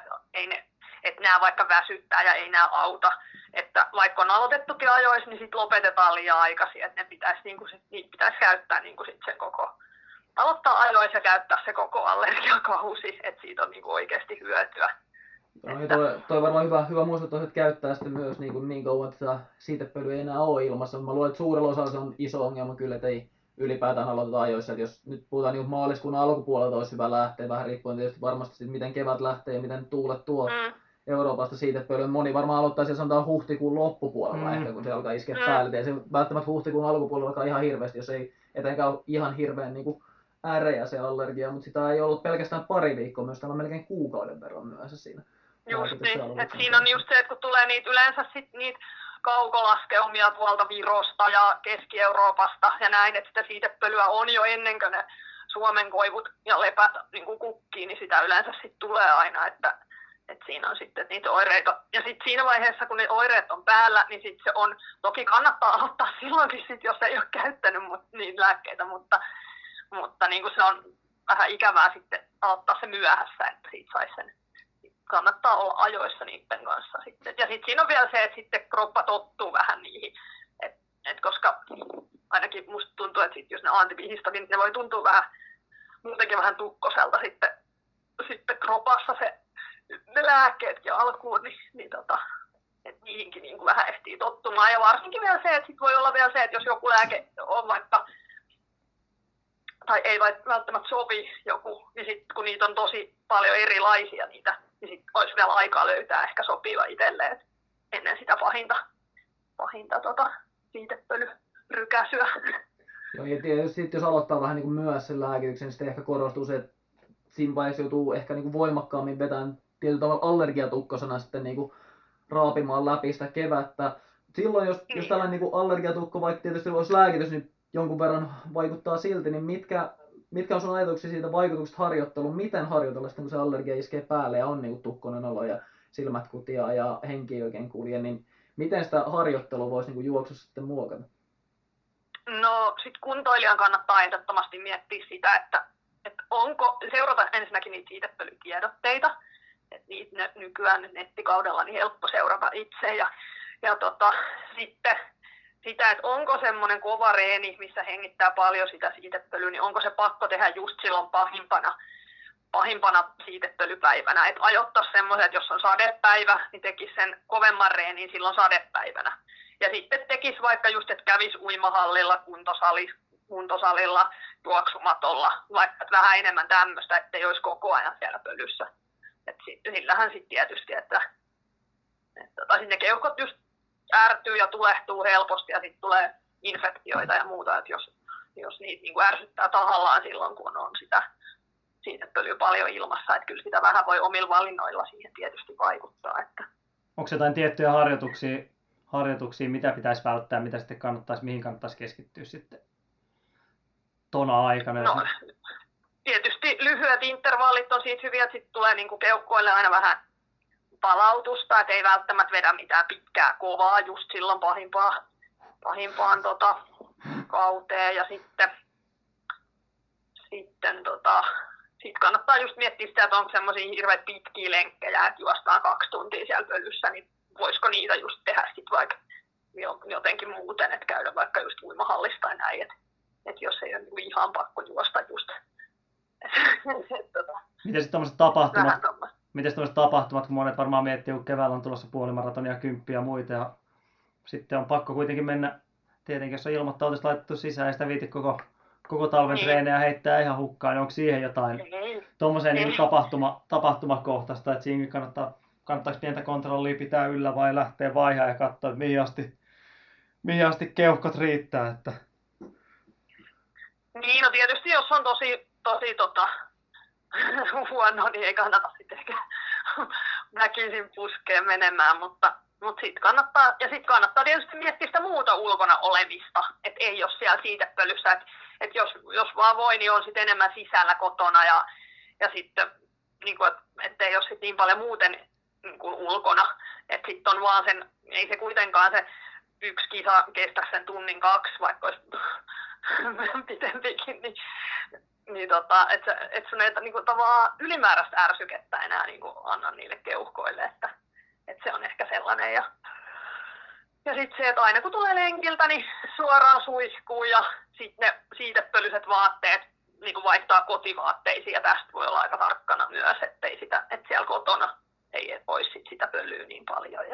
että nämä vaikka väsyttää ja ei nämä auta. Että vaikka on aloitettukin ajoissa, niin sitten lopetetaan liian aikaisin, että niitä pitäisi käyttää sit sen koko, aloittaa ajoissa ja käyttää se koko allergiakausi, että siitä on oikeasti hyötyä. Toi varmaan hyvä muistuttaa, että käyttää sitten myös niin kauan, että siitepöly ei enää ole ilmassa. Mä luulen, että suurella osalla se on iso ongelma kyllä, että ei ylipäätään aloiteta ajoissa. Että jos nyt puhutaan niin maaliskuun alkupuolelta, olisi hyvä lähteä, vähän riippuen tietysti varmasti miten kevät lähtee ja miten tuulet tuo Euroopasta siitepölyyn. Moni varmaan aloittaa siellä sanotaan huhtikuun loppupuolella ehkä, kun se alkaa iskeä päälle. Ei se välttämättä huhtikuun alkupuolella alkaa ihan hirveästi, jos ei etenkään ole ihan hirveän ärejä se allergia, mutta sitä ei ollut pelkästään pari viikkoa, myös täällä on melkein kuukauden verran myöhässä siinä. Just niin, että siinä on just se, että kun tulee yleensä niitä kaukolaskeumia tuolta Virosta ja Keski-Euroopasta ja näin, että sitä siitepölyä on jo ennen kuin ne Suomen koivut ja lepät niin kukkii, niin sitä yleensä sitten tulee aina, että siinä on sitten niitä oireita. Ja sitten siinä vaiheessa, kun ne oireet on päällä, niin sitten se on, toki kannattaa aloittaa silloinkin, sit, jos ei ole käyttänyt niitä lääkkeitä, mutta niin kuin se on vähän ikävää sitten aloittaa se myöhässä, että siitä saisi sen. Kannattaa olla ajoissa niiden kanssa sitten. Ja sitten siinä on vielä se, että sitten kroppa tottuu vähän niihin. Koska ainakin musta tuntuu, että sit jos ne antihistamiinit, ne voi tuntua muutenkin vähän tukkoselta sitten kropassa ne lääkkeetkin alkuun. että niihinkin niin kuin vähän ehtii tottumaan. Ja varsinkin vielä se, että sit voi olla vielä se, että jos joku lääke on vaikka, tai ei välttämättä sovi joku, niin sitten kun niitä on tosi paljon erilaisia niitä, niin sitten olisi vielä aikaa löytää ehkä sopiva itselleen ennen sitä pahinta siitepölyrykäsyä. Joo, ja tietysti jos aloittaa vähän niin kuin myös sen lääkityksen, niin sitten ehkä korostuu se, että siinä vaiheessa joutuu ehkä niin kuin voimakkaammin vetämään tietyllä tavalla allergiatukkosena sitten niin kuin raapimaan läpi sitä kevättä. Silloin jos tällainen niin kuin allergiatukko, vaikka tietysti olisi lääkitys, niin jonkun verran vaikuttaa silti, niin mitkä on sun ajatuksia siitä vaikutuksesta harjoitteluun? Miten harjoitella sitten, kun se allergia iskee päälle ja on niin kuin tukkonen olo ja silmät kutia ja henki ei oikein kulje, niin miten sitä harjoittelua voisi niin kuin juoksussa sitten muokata? No sit kuntoilijan kannattaa ehdottomasti miettiä sitä, että onko seurata ensinnäkin niitä siitepölytiedotteita, että niitä nykyään nettikaudella niin helppo seurata itse ja sitten sitä, että onko semmoinen kova reeni, missä hengittää paljon sitä siitepölyä, niin onko se pakko tehdä just silloin pahimpana siitepölypäivänä, että ajoittaisi semmoisen, että jos on sadepäivä, niin tekisi sen kovemman reenin silloin sadepäivänä. Ja sitten tekisi vaikka just, että kävisi uimahallilla, kuntosalilla, juoksumatolla, vaikka vähän enemmän tämmöistä, ettei olisi koko ajan siellä pölyssä. Sillähän sitten tietysti, että ne keuhkot just ärtyy ja tulehtuu helposti ja sitten tulee infektioita ja muuta, että jos niitä niin kuin ärsyttää tahallaan silloin, kun on sitä siitepölyä paljon ilmassa, että kyllä sitä vähän voi omilla valinnoilla siihen tietysti vaikuttaa. Että. Onko jotain tiettyjä harjoituksia, mitä pitäisi välttää, mitä sitten mihin kannattaisi keskittyä sitten tona aikana? No, tietysti lyhyet intervallit on siitä hyviä, että sitten tulee niin kuin keuhkoille aina vähän palautusta, että ei välttämättä vedä mitään pitkää kovaa just silloin pahimpaan kauteen ja sitten kannattaa just miettiä sitä, että onko semmoisia hirveän pitkiä lenkkejä, että juostaan 2 tuntia siellä pölyssä, niin voisiko niitä just tehdä sitten vaikka jotenkin muuten, että käydä vaikka just uimahallista tai näin, että jos ei ole ihan pakko juosta just. Miten sitten tämmöiset tapahtumat, kun monet varmaan miettii, kun keväällä on tulossa puolimaratonia, 10 ja muita, ja sitten on pakko kuitenkin mennä, tietenkin jos on ilmoittautumista laitettu sisään ja sitä viiti koko talven treenejä heittää ihan hukkaan, niin onko siihen jotain tuommoiseen niin tapahtumakohtaista, että siinäkin kannattaako pientä kontrollia pitää yllä vai lähteä vaihaan ja katsoa, että mihin asti keuhkot riittää? Että. Niin, no tietysti jos on tosi huono, niin ei kannata sitten ehkä väkisin puskea menemään, mutta sitten kannattaa tietysti miettiä sitä muuta ulkona olemista, että ei ole siellä siitepölyssä, että jos vaan voi, niin on sitten enemmän sisällä kotona ja sitten niin ettei ole sit niin paljon muuten niin kuin ulkona, että sitten on vaan ei se kuitenkaan se yksi kisa kestä sen 1-2 tunnin, vaikka olisi pitempikin, että sun ei niinku tavallaan ylimääräistä ärsykettä enää niinku anna niille keuhkoille, että se on ehkä sellainen. Ja sitten se, että aina kun tulee lenkiltä, niin suoraan suihkuu ja sitten ne siitepölyset vaatteet niinku vaihtaa kotivaatteisiin ja tästä voi olla aika tarkkana myös, että siellä kotona ei olisi sitä pölyä niin paljon.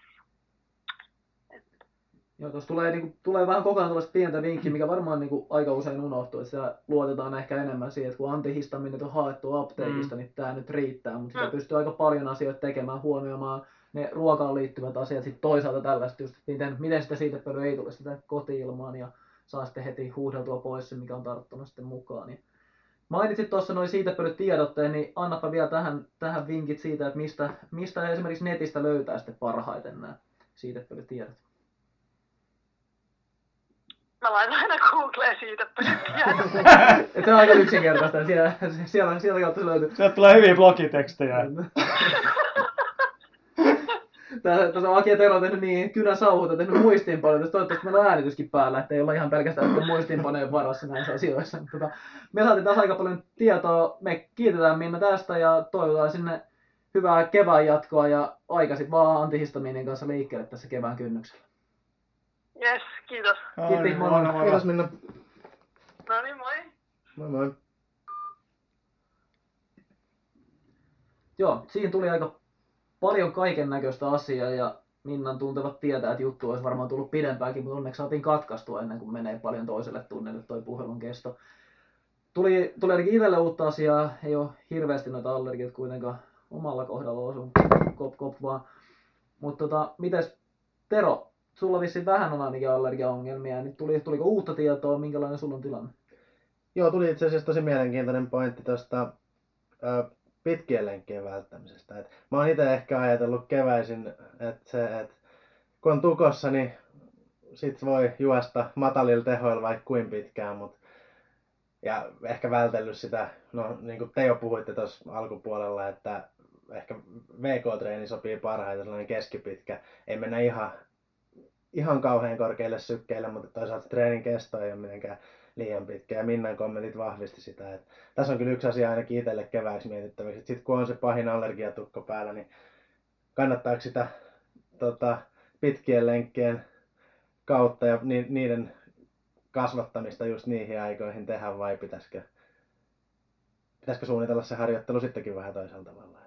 Joo, tuossa tulee vähän koko ajan tuollaista pientä vinkkiä, mikä varmaan aika usein unohtuu, että sitä luotetaan ehkä enemmän siihen, että kun antihistamiinit on haettu apteekista, niin tämä nyt riittää, mutta sitä pystyy aika paljon asioita tekemään, huomioimaan ne ruokaan liittyvät asiat, sitten toisaalta tällaista just, miten sitä siitepölyä ei tule sitä koti-ilmaan ja saa sitten heti huuhdeltua pois se, mikä on tarttunut sitten mukaan. Niin mainitsit tuossa noin siitepölytiedotteen, niin annapa vielä tähän vinkit siitä, että mistä esimerkiksi netistä löytää sitten parhaiten nämä siitepölytiedot. Mä laitan aina Googleen siitepölytiedot. Se on aika yksinkertaista, sieltä kautta se löytyy. Sieltä tulee hyviä blogitekstejä. Tässä on Aki ja Tero tehnyt niin kynäsauhuta, tehnyt muistiinpanoja. Toivottavasti meillä on äänityskin päällä, ettei olla ihan pelkästään muistiinpanojen varassa näissä asioissa. Me saatiin taas aika paljon tietoa. Me kiitetään Minna tästä ja toivotaan sinne hyvää kevään jatkoa ja aikaisin vaan antihistamiinin kanssa liikkeelle tässä kevään kynnyksellä. Jes, kiitos. Kiitos, moi. Kiitos Minna. No niin, moi. Moi moi. Joo, siihen tuli aika paljon kaiken näköistä asiaa ja Minnan tuntevat tietää, että juttu olisi varmaan tullut pidempäänkin, mutta onneksi saatiin katkaistua ennen kuin menee paljon toiselle tunnelle toi puhelun kesto. Tuli ainakin itselle uutta asiaa, ei ole hirveästi noita allergiat kuitenkaan omalla kohdalla osu, kop vaan. Mutta mites Tero, sulla vissiin vähän on ainakin allergiaongelmia, niin tuliko uutta tietoa, minkälainen sulla on tilanne? Joo, tuli itse asiassa tosi mielenkiintoinen pointti tuosta pitkien lenkkien välttämisestä. Mä oon itse ehkä ajatellut keväisin, että kun on tukossa, niin sit voi juosta matalilla tehoilla vaikka kuin pitkään, ja ehkä vältellyt sitä, no niin kuin te jo puhuitte tuossa alkupuolella, että ehkä VK-treeni sopii parhaiten, sellainen keskipitkä. Ei mennä ihan kauhean korkeille sykkeille, mutta toisaalta treenin kesto ei ole mitenkään liian pitkä. Ja Minnan kommentit vahvisti sitä, että tässä on kyllä yksi asia ainakin itselle kevääksi mietittäväksi. Sitten kun on se pahin allergiatukko päällä, niin kannattaako sitä pitkien lenkkien kautta ja niiden kasvattamista just niihin aikoihin tehdä vai pitäisikö suunnitella se harjoittelu sittenkin vähän toisella tavalla.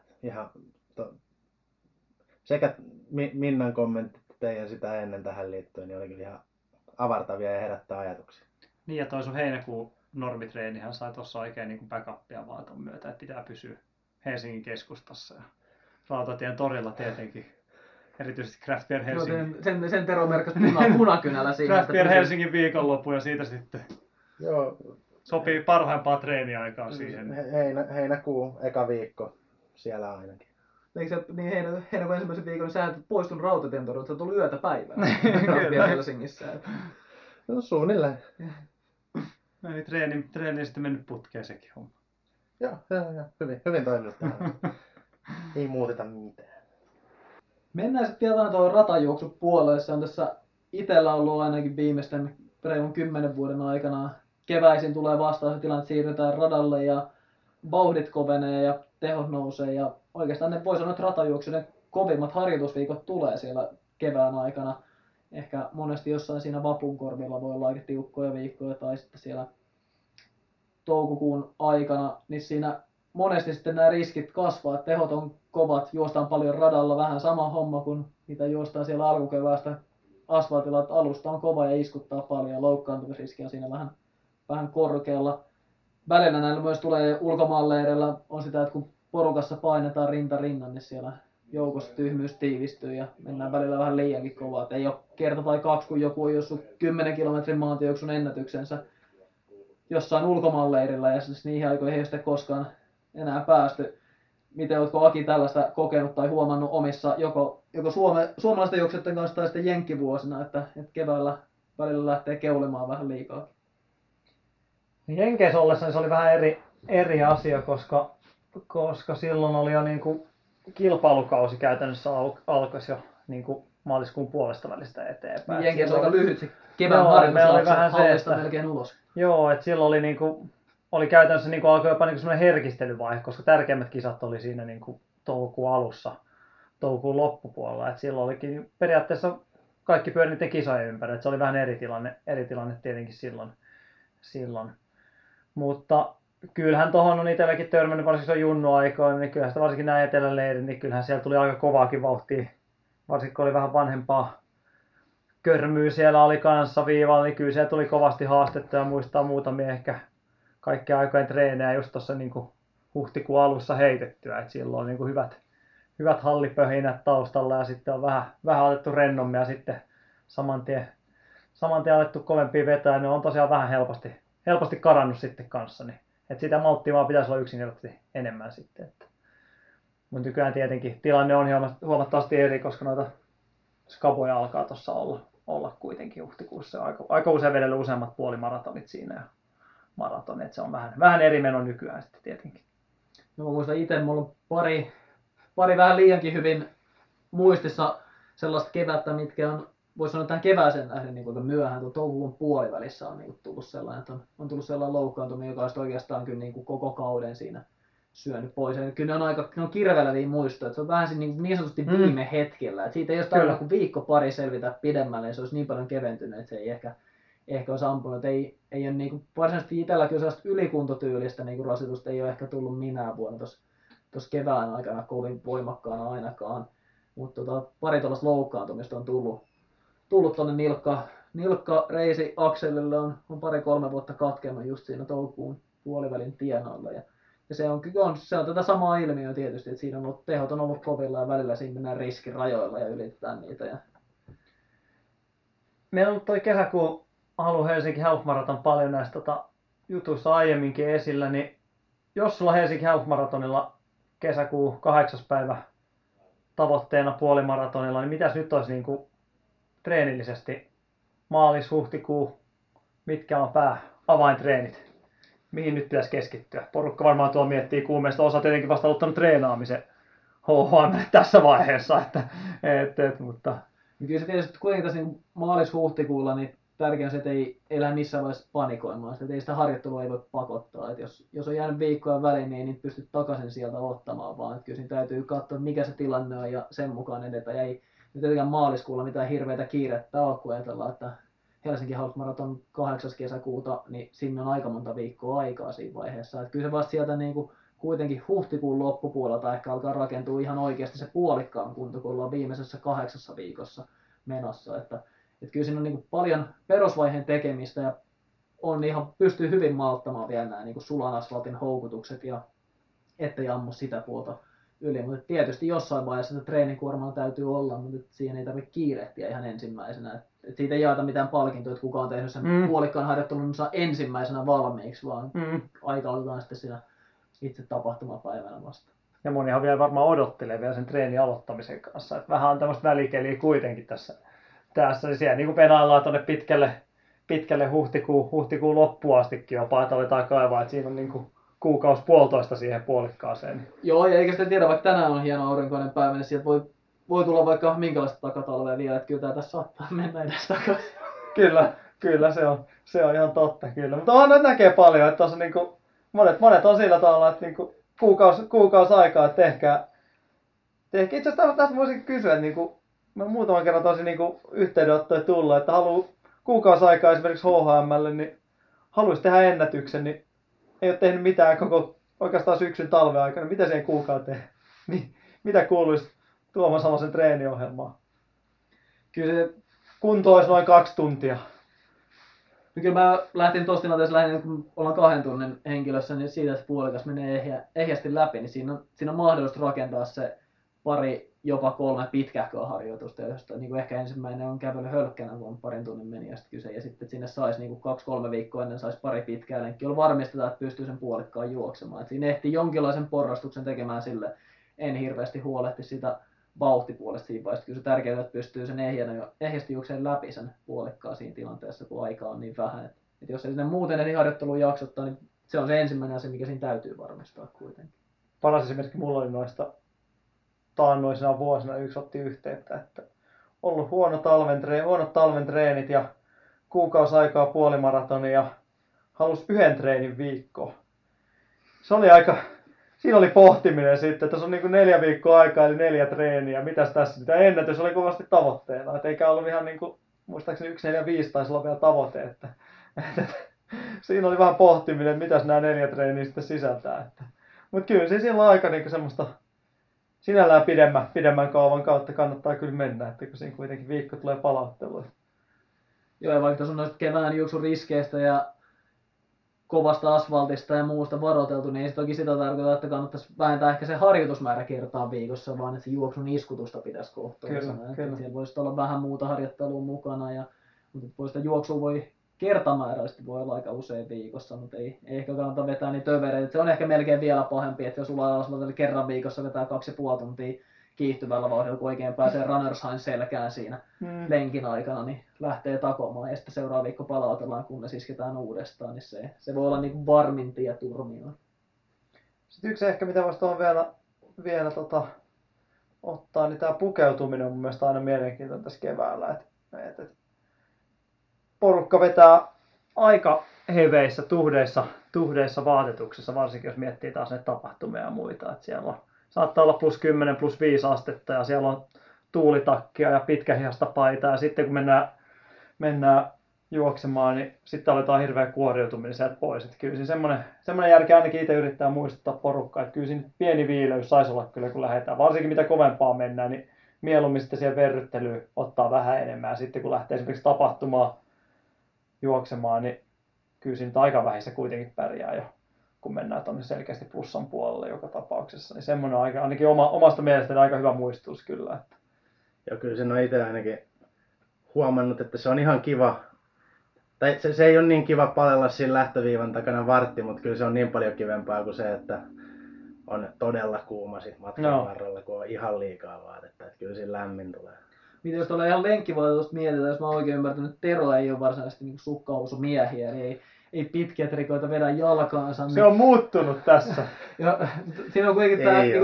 Sekä Minnan kommentit teidän sitä ennen tähän liittyen, niin oli kyllä ihan avartavia ja herättää ajatuksia. Niin ja toi sun heinäkuun normitreenihän sai tuossa oikein niin kuin backupia vaan ton myötä, että pitää pysyä Helsingin keskustassa ja Rautatien torilla tietenkin. Erityisesti Craft Beer Helsingin. Sen Tero merkkasi punakynällä siinä. Craft Beer Helsingin viikonloppu ja siitä sitten Joo. sopii parhaimpaa treeniaikaa siihen. Heinäkuu, eka viikko siellä ainakin. Eikö se niin heinäkuun ensimmäisen viikon sä et poistunut Rautatien torilta, sä tuli yötä päivää Helsingissä. No suunnilleen. Eli treeni sitten mennyt putkeen sekin homma. Joo. Hyvin toiminut. Ei muuteta mitään. Mennään sitten vielä tuohon ratajuoksun puolelle. Se on tässä itsellä ollut ainakin viimeisten reilun 10 vuoden aikana. Keväisin tulee vastaan se tilanne, että siirrytään radalle ja vauhdit kovenee ja tehot nousee. Ja oikeastaan ne voi sanoa, että ratajuoksujen kovimmat harjoitusviikot tulee siellä kevään aikana. Ehkä monesti jossain siinä vapunkorvilla voi olla aika tiukkoja viikkoja tai sitten siellä toukokuun aikana, niin siinä monesti sitten nämä riskit kasvaa, että tehot on kovat, juostaan paljon radalla, vähän sama homma kuin mitä juostaan siellä alkukeväästä asfaltilla, että alusta on kova ja iskuttaa paljon ja loukkaantumisriski on siinä vähän korkealla. Välillä näillä myös tulee ulkomaanleireillä on sitä, että kun porukassa painetaan rinta rinnan, niin siellä joukossa tyhmyys tiivistyy ja mennään välillä vähän liiankin kovaa. Et ei ole kerta tai kaksi, kun joku on juossut 10 kilometrin maantiejuoksun ennätyksensä jossain ulkomaanleirillä ja siis niihin aikoihin ei ole sitten koskaan enää päästy. Miten oletko Aki tällaista kokenut tai huomannut omissa joko suomalaisten juoksijoiden kanssa tai sitten jenkkivuosina, että keväällä välillä lähtee keulimaan vähän liikaa? Jenkeissä ollessa se oli vähän eri asia, koska silloin oli jo niin kuin kilpailukausi käytännössä alkoisi jo niin kuin maaliskuun puolesta välistä eteenpäin. Jenkeissä on aika lyhyt se kevään harjoitus hallista melkein ulos. Joo, että silloin oli, niin kuin, oli käytännössä niin kuin alkoi jopa niin semmoinen herkistelyvaihe, koska tärkeimmät kisat oli siinä niin kuin toukokuun alussa, toukokuun loppupuolella. Et silloin olikin periaatteessa kaikki pyöri niiden kisojen ympäri. Et se oli vähän eri tilanne tietenkin silloin. Mutta kyllähän tuohon on itselläkin törmännyt, varsinkin se on junnu-aikoina, niin kyllähän sitä varsinkin nämä eteläleirit, niin kyllähän siellä tuli aika kovaakin vauhtia. Varsinkin kun oli vähän vanhempaa körmyä siellä oli kanssa viivalla, niin kyllä siellä tuli kovasti haastetta ja muistaa muutamia ehkä kaikkien aikojen treenejä just tuossa niin kuin huhtikuun alussa heitettyä. Et silloin on niin kuin hyvät hallipöhinät taustalla ja sitten on vähän alettu rennommin ja sitten saman tien alettu kovempia vetää ja ne on tosiaan vähän helposti karannut sitten kanssa. Niin, että sitä malttia vaan pitäisi olla yksinkertaisesti enemmän sitten. Mutta nykyään tietenkin tilanne on huomattavasti eri, koska noita skaboja alkaa tuossa olla kuitenkin huhtikuussa. Aika usein vedellä useammat puolimaratonit siinä ja maratonit. Et se on vähän eri meno nykyään sitten tietenkin. No, mä muistan itse, mulla on pari vähän liiankin hyvin muistissa sellaista kevättä, mitkä on, voisi sanoa tämän kevääsen nähden niin myöhään, tuon toukokuun puolivälissä on niin tullut sellainen, että on tullut sellainen loukkaantuminen, joka on oikeastaan kyllä niin koko kauden siinä syönyt pois. Ja kyllä ne on kirveleviä muistoja, että se on vähän niin sanotusti viime hetkellä. Että siitä ei olisi tarvinnut kuin viikko pari selvitä pidemmälle, ja se olisi niin paljon keventynyt, että se ei ehkä olisi ampunut. Ei ole niin kuin, varsinaisesti itselläkin sellaista ylikuntotyylistä niin rasitusta ei ole ehkä tullut minä vuonna tuossa kevään aikana kovin voimakkaana ainakaan. Mutta pari tuollaista loukkaantumista on tullut tuonne nilkkareisi akselille on 2-3 vuotta katkenut just siinä toukokuun puolivälin tienoilla. Ja se on tätä samaa ilmiöä tietysti, että siinä on ollut, tehot on ollut kovilla ja välillä siinä mennään riskirajoilla ja ylitetään niitä. Ja... Meillä on ollut toi kesäkuun alun Helsinki Half Marathon paljon näistä jutuissa aiemminkin esillä, niin jos sulla Helsinki Half Marathonilla kesäkuun 8. päivä tavoitteena puolimaratonilla, niin mitäs nyt olisi niin kuin treenillisesti maalis-huhtikuu, mitkä on avaintreenit? Mihin nyt pitäisi keskittyä? Porukka varmaan tuo miettii kuumeesta, osa tietenkin vasta aloittanut treenaamisen HHM tässä vaiheessa, mutta... Kyllä se tietysti kuitenkin tässä niin maalis-huhtikuulla niin tärkeää on se, että ei lähde missään vaiheessa panikoimaan. Sitä, että ei sitä harjoittelua ei voi pakottaa. Että jos on jäänyt viikkoja väliin, niin ei niitä pysty takaisin sieltä ottamaan, vaan että kyllä siinä täytyy katsoa, mikä se tilanne on ja sen mukaan edetä. Ja ei tietenkään maaliskuulla mitään hirveätä kiirettä ole, kun ajatellaan, että Helsinki Half Marathon 8. kesäkuuta, niin sinne on aika monta viikkoa aikaa siinä vaiheessa. Että kyllä se vasta sieltä niin kuin kuitenkin huhtikuun loppupuolelta ehkä alkaa rakentua ihan oikeasti se puolikkaan kunto, kun ollaan viimeisessä 8 viikossa menossa. Että kyllä siinä on niin kuin paljon perusvaiheen tekemistä ja on pystyy hyvin malttamaan vielä nämä niin kuin sulan asfaltin houkutukset ja ettei ammu sitä puolta yli. Mutta tietysti jossain vaiheessa se treenikuormaa täytyy olla, mutta siihen ei tarvitse kiirehtiä ihan ensimmäisenä. Et siitä ei jaeta mitään palkintoa, että kuka on tehnyt sen puolikkaan harjoittelun ensimmäisenä valmiiksi, vaan aika otetaan sitten siinä itse tapahtumapäivänä vasta. Ja monihan vielä varmaan odottelee vielä sen treenin aloittamisen kanssa. Että vähän on tämmöistä välikeliä kuitenkin tässä. Siellä niin kuin penaillaan tuonne pitkälle huhtikuun loppuun astikin jopa, että aletaan kaivaa. Että siinä on niin kuin kuukausi puolitoista siihen puolikkaaseen. Joo, ja eikä sitä tiedä, vaikka tänään on hieno aurinkoinen päivä, niin sieltä voi tulla vaikka minkälaista takatalvea vielä, että kyllä tämä tässä saattaa mennä edes takaisin. Kyllä se on ihan totta, kyllä. Mutta onhan nyt näkee paljon, että niin kuin monet on sillä tavalla, että niin kuin kuukausi aikaa, että tehkää. Itse asiassa tästä voisin kysyä, että niin kuin, mä muutaman kerran tosi niin kuin yhteydenottoja tullut, että haluaa kuukausi aikaa esimerkiksi HHM:lle, niin haluaisi tehdä ennätyksen, niin ei ole tehnyt mitään koko oikeastaan syksyn talven aikana. Mitä siihen kuukauteen? Niin, mitä kuuluisi Tuomas Salosen treeniohjelmaan? Kyllä se kunto olisi noin 2 tuntia. No kyllä mä lähtin tuossa tilanteessa kun ollaan 2 tunnin henkilössä, niin siitä se puolikas menee ehjästi läpi, niin siinä on mahdollista rakentaa se pari, jopa 3 pitkähköä harjoitusta, josta niin kuin ehkä ensimmäinen on kävely hölkkänä, kun on 2 tunnin menijästä kyse, ja sitten sinne saisi niin 2-3 viikkoa ennen saisi pari pitkää lenkkiä, jolla varmistetaan, että pystyy sen puolikkaan juoksemaan. Et siinä ehtii jonkinlaisen porrastuksen tekemään sille, en hirveästi huolehti sitä vauhtipuolesta siinä vaiheessa. Kyllä se tärkeää, että pystyy sen ehjästi juokseen läpi sen puolikkaan siinä tilanteessa, kun aikaa on niin vähän. Et jos ei sinne muuten eri harjoitteluun jaksottaa, niin se on se ensimmäinen asia, mikä siinä täytyy varmistaa kuitenkin. Paras esimerkiksi mulla oli noista taannoisena vuosina yksi otti yhteyttä, että ollut huonot talven treenit ja kuukausi aikaa puolimaratonia ja halusi 1 treenin viikkoon. Se oli siinä oli pohtiminen sitten, että tässä on niin kuin 4 viikkoa aikaa eli 4 treeniä. Mitäs tässä? Tämä ennätys oli kovasti tavoitteena. Et eikä ollut ihan niin kuin, muistaakseni 1:45 taisi olla vielä tavoite. Että siinä oli vähän pohtiminen, että mitäs nämä 4 treeniä sitten sisältää. Mutta kyllä se sillä aika niin semmoista sinällään pidemmän kaavan kautta kannattaa kyllä mennä, että kun siinä kuitenkin viikko tulee palauttelua. Joo, ja vaikka tuossa on noista kevään juoksun riskeistä ja kovasta asfaltista ja muusta varoiteltu, niin ei se toki sitä tarkoita, että kannattaisi vähentää ehkä se harjoitusmäärä kertaa viikossa, vaan että se juoksun iskutusta pitäisi kohtuullisena. Siellä voisi olla vähän muuta harjoittelua mukana, mutta sitä juoksua voi kertamääräisesti voi olla aika usein viikossa, mutta ei ehkä kannata vetää niin tövereitä. Se on ehkä melkein vielä pahempi, että jos sulla asfaltilla kerran viikossa vetää 2,5 tuntia kiihtyvällä vauhdilla, kun oikein pääsee runner's high selkään siinä lenkin aikana, niin lähtee takomaan ja sitten seuraava viikko palautellaan, kunnes isketään uudestaan, niin se voi olla niin kuin varmin tie turmioon. Sitten yksi ehkä, mitä voisi tuohon vielä ottaa, niin tämä pukeutuminen on mun mielestä aina mielenkiintoinen tässä keväällä. Että porukka vetää aika heveissä, tuhdeissa vaatetuksissa, varsinkin jos miettii taas ne tapahtumia ja muita. Että siellä saattaa olla +10, +5 astetta ja siellä on tuulitakkia ja pitkähihasta paitaa. Ja sitten kun mennään juoksemaan, niin sitten aletaan hirveä kuoriutuminen sieltä pois. Että kyllä siinä semmoinen järki ainakin itse yrittää muistuttaa porukkaa, että kyllä siinä pieni viileys saisi olla kyllä kun lähdetään. Varsinkin mitä kovempaa mennään, niin mieluummin sitten siihen verryttelyyn ottaa vähän enemmän. Ja sitten kun lähtee esimerkiksi tapahtumaan juoksemaan, niin kyllä siinä aika vähissä kuitenkin pärjää jo, kun mennään tuonne selkeästi plussan puolelle joka tapauksessa. Niin semmoinen aika, ainakin omasta mielestäni aika hyvä muistutus kyllä. Että. Ja kyllä sen on itse ainakin huomannut, että se on ihan kiva. Tai se ei ole niin kiva palella siinä lähtöviivan takana vartti, mutta kyllä se on niin paljon kivempaa kuin se, että on todella kuuma sit matkan varrella, kun on ihan liikaa vaatetta. Että kyllä siinä lämmin tulee. Miten jos tuolla ihan lenkkivoitetusta mietitään, jos mä oon oikein ymmärtänyt, että Tero ei ole varsinaisesti niin sukkahousumiehiä, niin ei pitkiä trikoita vedä jalkaansa. Niin. Se on muuttunut tässä. Ja, siinä on kuitenkin tämä, niin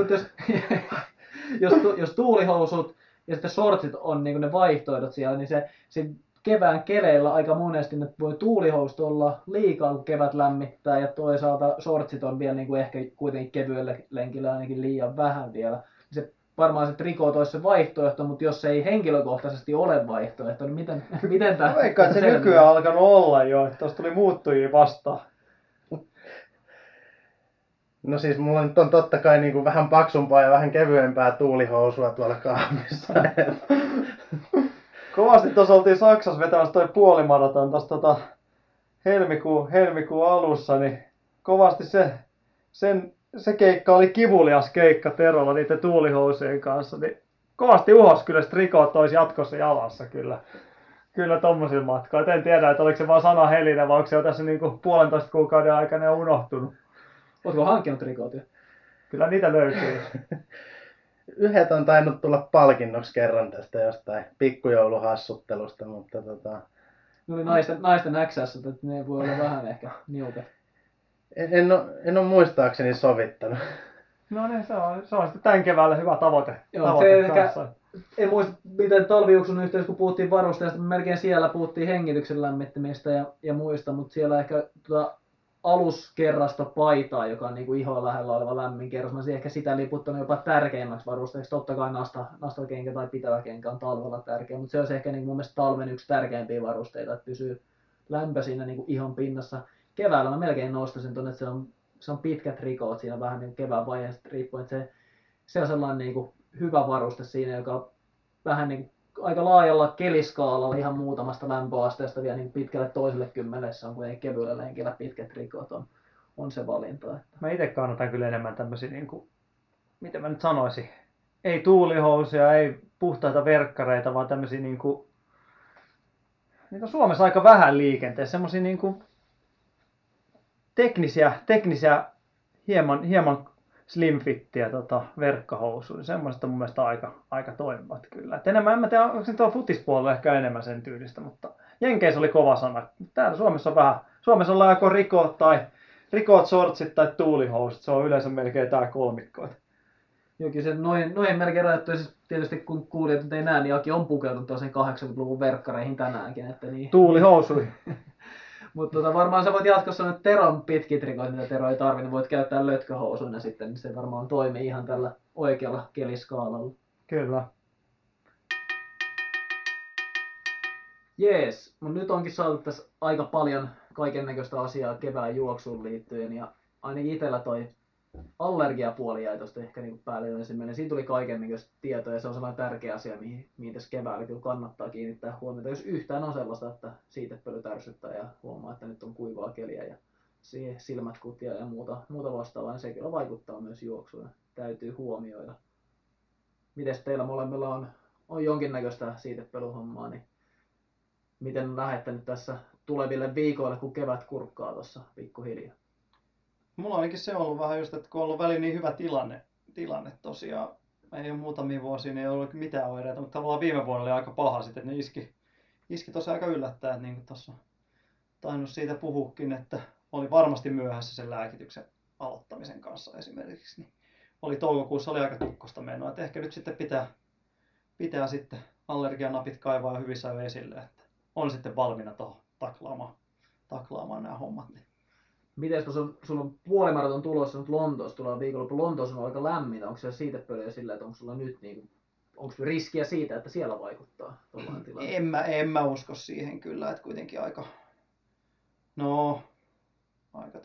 jos tuulihousut ja sitten shortsit on niin ne vaihtoehdot siellä, niin se kevään keleillä aika monesti ne voi tuulihousut olla liikaa, kun kevät lämmittää, ja toisaalta shortsit on vielä niin kuin ehkä kuitenkin kevyellä lenkillä ainakin liian vähän vielä. Se, varmaan se trikoo olisi se vaihtoehto, mutta jos se ei henkilökohtaisesti ole vaihtoehto, niin miten tämä... Eikä se nykyään alkanut olla jo, että tuossa tuli muuttujia vastaan. No siis mulla nyt on totta kai niin kuin vähän paksumpaa ja vähän kevyempää tuulihousua tuolla kaapissa. Kovasti tuossa oltiin Saksassa vetämässä toi puolimaraton tuossa helmikuun alussa, niin kovasti se keikka oli kivulias keikka Terolla niiden tuulihousujen kanssa, niin kovasti uhos kyllä trikot olisi jatkossa jalassa kyllä tommosilla matkoilla. En tiedä, että oliko se vaan sanahelinä vai onko se jo tässä niin kuin 1,5 kuukauden aikana jo unohtunut. Oletko hankkinut trikoot jo? Kyllä niitä löytyy. Yhdet on tainnut tulla palkinnoksi kerran tästä jostain pikkujouluhassuttelusta, mutta Ne oli naisten XS, että ne voi olla vähän ehkä niukat. En ole muistaakseni sovittanut. No niin, se on sitten tämän keväällä hyvä tavoite. Joo, se ehkä, en muista miten talvijuoksun yhteydessä, kun puhuttiin varusteista, melkein siellä puhuttiin hengityksen lämmittämistä ja muista, mutta siellä ehkä aluskerrasta paitaa, joka on niin kuin ihon lähellä oleva lämmin kerros. Mä olisin ehkä sitä liputtanut jopa tärkeimmäksi varusteeksi. Totta kai nastakenkä tai pitävä kenkä on talvella tärkeä, mutta se olisi ehkä niin mun mielestä talven yksi tärkeimpiä varusteita, että pysyy lämpö siinä niin kuin ihon pinnassa. Keväällä mä melkein nostaisin tuonne, että se on pitkät rikoot siinä vähän niin kevään vaiheesta riippuen, että se on sellainen niin kuin hyvä varuste siinä, joka vähän niin kuin aika laajalla keliskaalalla ihan muutamasta lämpöasteesta vielä niin pitkälle toiselle kymmenelle, se on kuitenkin kevyellä lenkillä pitkät rikot on se valinta. Että. Mä itse kannatan kyllä enemmän tämmöisiä, niin kuin, miten mä nyt sanoisin, ei tuulihousuja, ei puhtaita verkkareita, vaan tämmöisiä niin kuin, niitä on Suomessa aika vähän liikenteessä, semmoisia niin kuin teknisiä hieman slimfittiä verkkahousuja. Semmoiset on mun mielestä aika toimivat kyllä. Et enemmän, en mä tiedä, onko se tuolla futispuolella ehkä enemmän sen tyylistä, mutta Jenkeissä oli kova sana. Täällä Suomessa on vähän. Suomessa ollaan joko rikot, shortsit tai tuulihousut. Se on yleensä melkein tää kolmikko. Jokin se noin melkein rajoittuu. Siis tietysti kun kuulijat ei näe, niin Aki on pukeutunut toisen 80-luvun verkkareihin tänäänkin. Että niin. Tuulihousui. Mutta varmaan sä voit jatkossa nyt Teron pitkit rikot, mitä Tero ei tarvitse, niin voit käyttää lötköhousuina sitten, niin se varmaan toimii ihan tällä oikealla keliskaalalla. Kyllä. Jees, mutta nyt onkin saatu tässä aika paljon kaikennäköistä asiaa kevään juoksuun liittyen, ja ainakin itsellä toi allergiapuoli jäi tuosta ehkä niin päällimmäisenä. Siinä tuli kaikennäköistä tietoa, ja se on sellainen tärkeä asia, mihin tässä keväällä kyllä kannattaa kiinnittää huomiota. Jos yhtään on sellaista, että siitepöly tärsyttää ja huomaa, että nyt on kuivaa keliä ja silmät kutia ja muuta vastaavaa, niin se kyllä vaikuttaa myös juoksuun. Täytyy huomioida. Mites teillä molemmilla on jonkinnäköistä siitepölyhommaa, niin miten lähette nyt tässä tuleville viikoille, kun kevät kurkkaa tuossa pikkuhiljaa? Mulla ainakin se on ollut vähän just, että kun on ollut väliin niin hyvä tilanne tosiaan. Ei ole muutamia vuosia, niin ei ollut mitään oireita, mutta tavallaan viime vuonna oli aika paha sitten, että ne iski tosi aika yllättäen, että niin kuin tuossa tainnut siitä puhukin, että oli varmasti myöhässä sen lääkityksen aloittamisen kanssa esimerkiksi. Niin toukokuussa oli aika tukkosta menoa, että ehkä nyt sitten pitää sitten allergianapit kaivaa hyvissä esille, että on sitten valmiina tuohon taklaamaan nämä hommat. Miten kun sulla on puolimaraton tulossa nyt Lontoossa, tulee viikonloppu Lontoossa on aika lämmintä, onko siellä siitepölyä sillä, että onko sulla nyt niin, onko riskiä siitä, että siellä vaikuttaa tuollainen tilanne? En mä usko siihen kyllä, että kuitenkin aika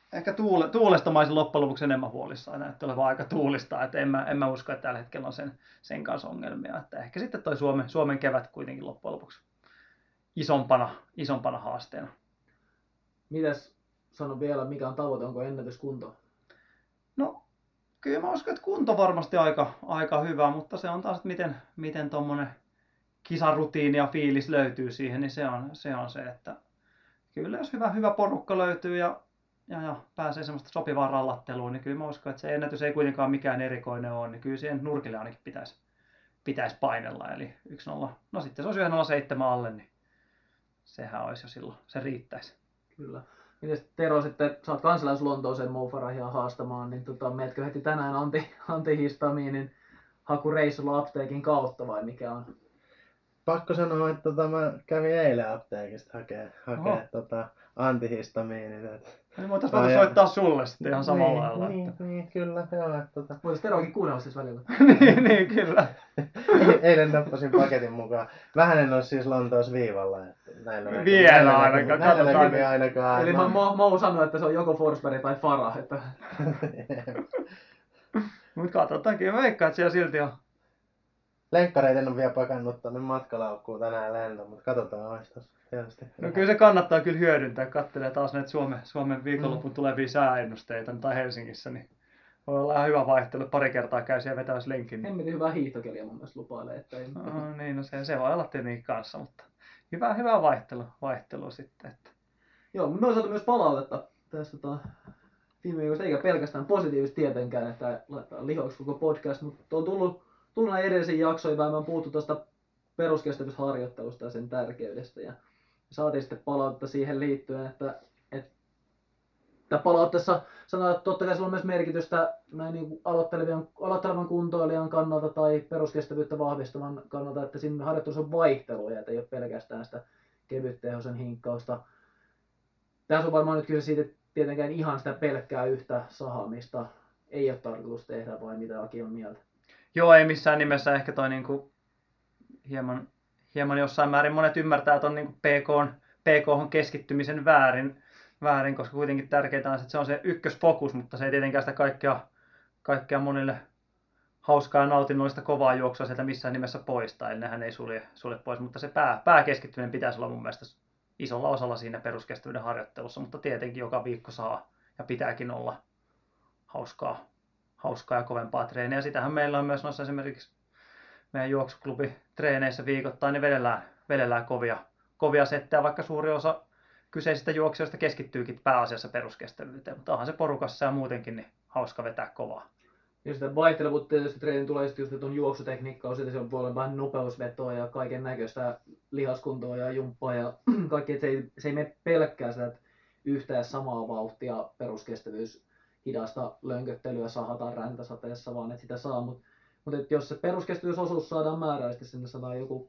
ehkä tuulesta mä olisin loppujen lopuksi enemmän huolissaan. Näyttää olevan aika tuulista, että en mä usko, että tällä hetkellä on sen kanssa ongelmia. Että ehkä sitten toi Suomen kevät kuitenkin loppujen lopuksi isompana haasteena. Mitäs sano vielä, mikä on tavoite, onko ennätyskunto? No, kyllä mä uskon, että kunto varmasti aika hyvä, mutta se on taas, että miten tommonen kisarutiini ja fiilis löytyy siihen, niin se on se, että kyllä jos hyvä porukka löytyy ja pääsee semmoista sopivaa rallatteluun, niin kyllä mä uskon, että se ennätys ei kuitenkaan mikään erikoinen ole, niin kyllä siihen nurkille ainakin pitäisi painella, eli 1-0. No sitten se olisi 1-0-7 alle, niin sehän olisi jo silloin, se riittäisi. Kyllä. Mites Tero sitten, sä oot kansalais Lontooseen Mo Farahia haastamaan, niin meetkö heti tänään antihistamiinin hakureissulla apteekin kautta vai mikä on? Pakko sanoa, että mä kävin eilen apteekista hakee antihistamiinit. Niin voitaisiin soittaa sulle sitten ihan samalla lailla. Niin, kyllä. Joo, Voitaisiin Teroakin kuunnella siis välillä. niin, kyllä. Eilen nappasin paketin mukaan. Vähän en ole siis Lontoossa viivalla. Vielä ainakaan. Ainakaan. Eli Mo sanoi, että se on joko Forsberg tai Farah. Että... Mutta katsotaankin. Mä veikkaan, että siellä silti on. Lenkkareita en ole vielä pakannut tonne matkalaukkuun tänään lento, mutta katsotaan ois tietysti. No kyllä se kannattaa kyllä hyödyntää. Katselee taas näitä Suomen viikonlopun tulevia sääennusteita tai Helsingissä, niin voi olla ihan hyvä vaihtelu. Pari kertaa käy siellä vetävässä lenkin. Hemmetin hyvää hiihtokeliä mun mielestä lupailee. Että ei... se voi olla tietenkin kanssa, mutta hyvä vaihtelu sitten. Että. Joo, me on saatu myös palautetta tästä viime viikosta, eikä pelkästään positiivista tietenkään, että laittaa lihoiksi koko podcast, mutta on tullut näin edellisiin jaksoihin vähän puhuttu tuosta peruskestävyysharjoittelusta ja sen tärkeydestä. Ja saatiin sitten palautetta siihen liittyen, että palautteessa sanotaan, että totta kai sillä on myös merkitystä näin niin aloittelevan kuntoilijan kannalta tai peruskestävyyttä vahvistavan kannalta, että siinä harjoittelussa on vaihteluja, että ei ole pelkästään sitä kevyttehoisen hinkkausta. Tässä on varmaan nyt kyse siitä, että tietenkään ihan sitä pelkkää yhtä sahamista ei ole tarkoitus tehdä, vai mitä Aki on mieltä? Joo, ei missään nimessä. Ehkä toi niinku hieman jossain määrin monet ymmärtää ton niinku PK:hon keskittymisen väärin, koska kuitenkin tärkeintä on, että se on se ykkösfokus, mutta se ei tietenkään sitä kaikkea monille hauskaa ja nautinnollista kovaa juoksua sieltä missään nimessä poistaa, eli nehän ei sulje pois, mutta se pääkeskittyminen pitäisi olla mun mielestä isolla osalla siinä peruskestävyyden harjoittelussa, mutta tietenkin joka viikko saa ja pitääkin olla hauskaa ja kovempaa treeniä. Ja sitähän meillä on myös noissa esimerkiksi meidän juoksuklubitreeneissä viikoittain, niin vedellään kovia settejä, vaikka suuri osa kyseisistä juoksijoista keskittyykin pääasiassa peruskestävyyteen, mutta onhan se porukassa ja muutenkin niin hauska vetää kovaa. Ja sitä vaihtelevuutta tietysti treenin tulee just, että on juoksutekniikkaa, sitten se voi olla vähän nopeusvetoa ja kaiken näköistä lihaskuntoa ja jumppaa ja kaikki, että se ei mene pelkkää sitä, että yhtä ja samaa vauhtia peruskestävyys hidasta lönköttelyä sahataan räntäsateessa, vaan että sitä saa, mutta jos se peruskestävyysosuus saadaan määräisesti sinne saadaan joku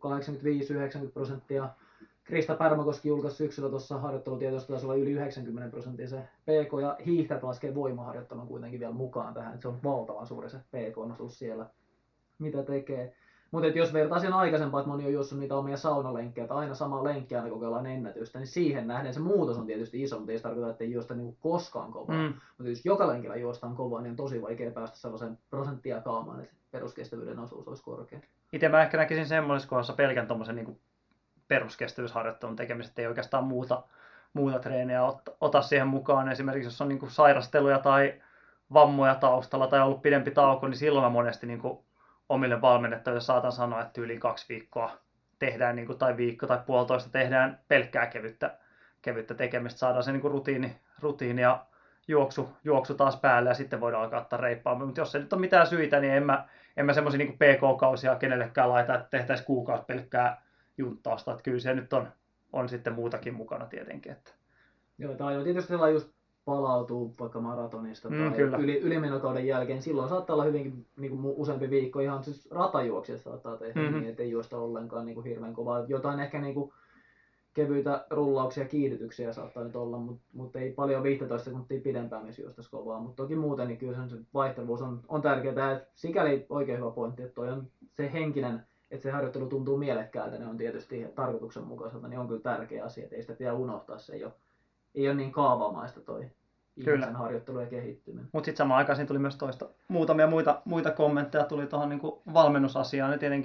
85-90%. Krista Pärmäkoski julkaisi syksyllä tuossa harjoittelutietoista, taisi olla yli 90% se PK, ja hiihtäjät laskee voimaharjoittelun kuitenkin vielä mukaan tähän, että se on valtavan suuri se PK-osuus siellä, mitä tekee. Mutta jos vertaa sen aikaisempaan, että moni on juossut niitä omia saunalenkkejä, että aina sama lenkki aina kokeillaan ennätystä, niin siihen nähden se muutos on tietysti iso, mutta ei se tarkoita, että ei juosta niinku koskaan kovaa. Mutta jos joka lenkillä juostaan kovaa, niin on tosi vaikea päästä sellaiseen prosenttia kaamaan, että peruskestävyyden osuus olisi korkea. Itse mä ehkä näkisin semmoisessa kohdassa pelkän tommosen niinku peruskestävyysharjoittelun tekemisestä, ei oikeastaan muuta treeniä ota siihen mukaan. Esimerkiksi jos on niinku sairasteluja tai vammoja taustalla tai ollut pidempi tauko, niin silloin mä monesti niinku omille valmennettajille saatan sanoa, että yli 2 viikkoa tehdään, niinku, tai viikko tai puolitoista tehdään pelkkää kevyttä tekemistä. Saadaan se niinku rutiini ja juoksu taas päälle ja sitten voidaan alkaa ottaa reippaamaan. Mutta jos ei nyt ole mitään syitä, niin en mä semmoisia niinku PK-kausia kenellekään laita, että tehtäisiin kuukausi pelkkää junttausta. Että kyllä se nyt on sitten muutakin mukana tietenkin. Että. Joo, tai tietysti sellainen just palautuu vaikka maratonista tai ylimenokauden jälkeen. Silloin saattaa olla hyvinkin niin kuin useampi viikko ihan siis ratajuoksijat saattaa tehdä niin, ettei juosta ollenkaan niin kuin hirveän kovaa. Jotain ehkä niin kuin kevyitä rullauksia ja kiihdytyksiä saattaa nyt olla, mutta ei paljon 15 sekuntia pidempään missä juostaisi kovaa. Mutta toki muuten niin kyllä se vaihteluvuus on tärkeää. Että sikäli oikein hyvä pointti, että toi on se henkinen, että se harjoittelu tuntuu mielekkäältä, ne on tietysti tarkoituksenmukaiselta, niin on kyllä tärkeä asia, että ei sitä pidä unohtaa, se ei ole niin kaavamaista toi ihmisen harjoittelu ja kehittyminen. Mutta sitten samaan aikaan siinä tuli myös muutamia muita kommentteja tuli tuohon niinku valmennusasiaan. Ja tietenkin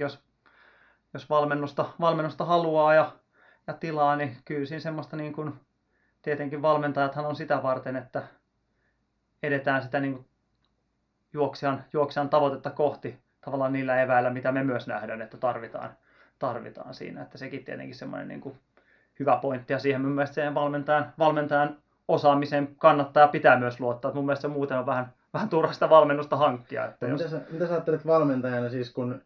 jos valmennusta haluaa ja tilaa, niin kyllä siinä semmoista niin kuin, tietenkin valmentajathan on sitä varten, että edetään sitä niin kuin juoksijan tavoitetta kohti tavallaan niillä eväillä, mitä me myös nähdään, että tarvitaan siinä. Että sekin tietenkin semmoinen niin kuin hyvä pointti, ja siihen mun mielestä siihen valmentajan osaamiseen kannattaa ja pitää myös luottaa. Että mun mielestä se muuten on vähän turha sitä valmennusta hankkia. Että mitä sä ajattelet valmentajana, siis kun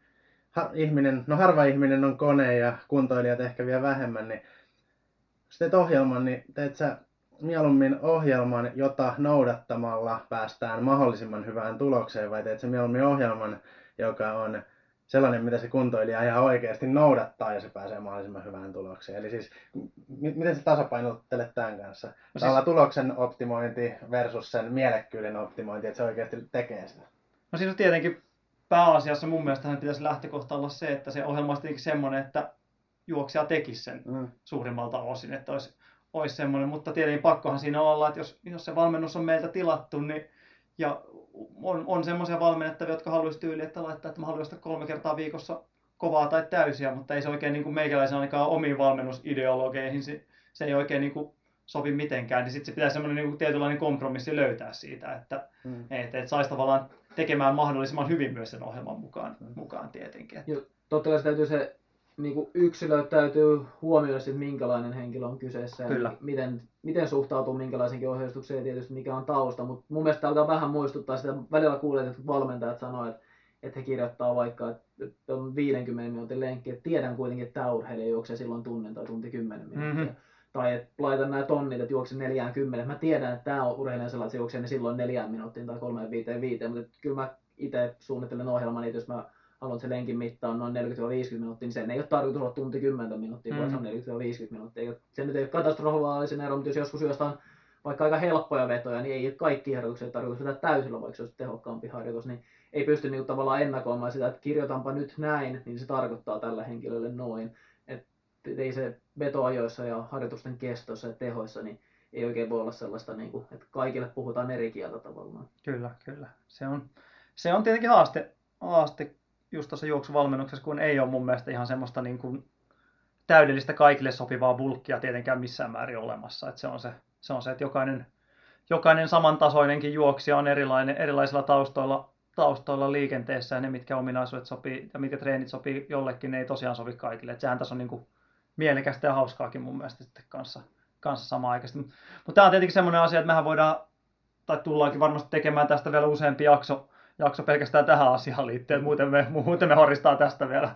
harva ihminen on kone ja kuntoilijat ehkä vielä vähemmän, niin jos teet ohjelman, niin teet sä mieluummin ohjelman, jota noudattamalla päästään mahdollisimman hyvään tulokseen, vai teet sä mieluummin ohjelman, joka on sellainen, mitä se kuntoilija ihan oikeasti noudattaa ja se pääsee mahdollisimman hyvään tulokseen. Eli siis, miten sä tasapainottelet tämän kanssa? Siis tuloksen optimointi versus sen mielekkyyden optimointi, että se oikeasti tekee sitä. No siis on tietenkin pääasiassa mun mielestä pitäisi lähtökohta olla se, että se ohjelma olisi tietenkin semmoinen, että juoksija tekisi sen suurimmalta osin, että olisi semmoinen, mutta tietenkin pakkohan siinä olla, että jos se valmennus on meiltä tilattu, niin ja on semmoisia valmennettavia, jotka haluaisi tyyliä, että mä haluan juosta 3 kertaa viikossa kovaa tai täysiä, mutta ei se oikein niin kuin meikäläisen ainakaan omiin valmennusideologeihin, se ei oikein niin kuin sovi mitenkään, niin sitten se pitäisi semmoinen niin kuin tietynlainen kompromissi löytää siitä, että saisi tavallaan tekemään mahdollisimman hyvin myös sen ohjelman mukaan tietenkin. Joo, totta kai se täytyy se niin kuin yksilö täytyy huomioida sit, minkälainen henkilö on kyseessä ja miten suhtautuu minkälaisenkin ohjeistukseen ja tietysti mikä on tausta, mutta mun mielestä alkaa vähän muistuttaa sitä, välillä kuulee, että valmentajat sanoo, että he kirjoittaa vaikka, että on 50 minuutin lenkki, että tiedän kuitenkin, että tämä urheilija juoksee silloin tunnin tai tunti 10 minuuttia. Tai että laitan nämä tonnit, että juoksen 40. Mä tiedän, että tämä on urheilija sellainen, että se juoksee ne silloin 4 minuuttiin tai 3-5, mutta kyllä mä itse suunnittelen ohjelman, että jos mä haluan, että se lenkin mitta on noin 40-50 minuuttia, niin sen ei ole tarkoitus olla tunti 10 minuuttia, vaan se on 40-50 minuuttia. Se nyt ei ole katastrofaalisen ero, mutta jos joskus juostaan vaikka aika helppoja vetoja, niin ei kaikki harjoitukset tarkoitus vetää täysillä, vaikka se olisi tehokkaampi harjoitus, niin ei pysty niin tavallaan ennakoimaan sitä, että kirjoitanpa nyt näin, niin se tarkoittaa tällä henkilölle noin. Että ei se vetoajoissa ja harjoitusten kestossa ja tehoissa, niin ei oikein voi olla sellaista, että kaikille puhutaan eri kieltä tavallaan. Kyllä. Se on tietenkin haaste just tuossa juoksuvalmennuksessa, kun ei ole mun mielestä ihan semmoista niin kuin täydellistä kaikille sopivaa bulkkia tietenkään missään määrin olemassa. Että se on se, että jokainen samantasoinenkin juoksija on erilaisilla taustoilla liikenteessä, ja ne mitkä ominaisuudet sopii ja mitkä treenit sopii jollekin, ne ei tosiaan sovi kaikille. Että sehän tässä on niin kuin mielekästä ja hauskaakin mun mielestä sitten kanssa samaan aikaisesti. Mutta tämä on tietenkin semmoinen asia, että mehän voidaan, tai tullaankin varmasti tekemään tästä vielä useampi jakso pelkästään tähän asiaan liittyen. Muuten me horistaa tästä vielä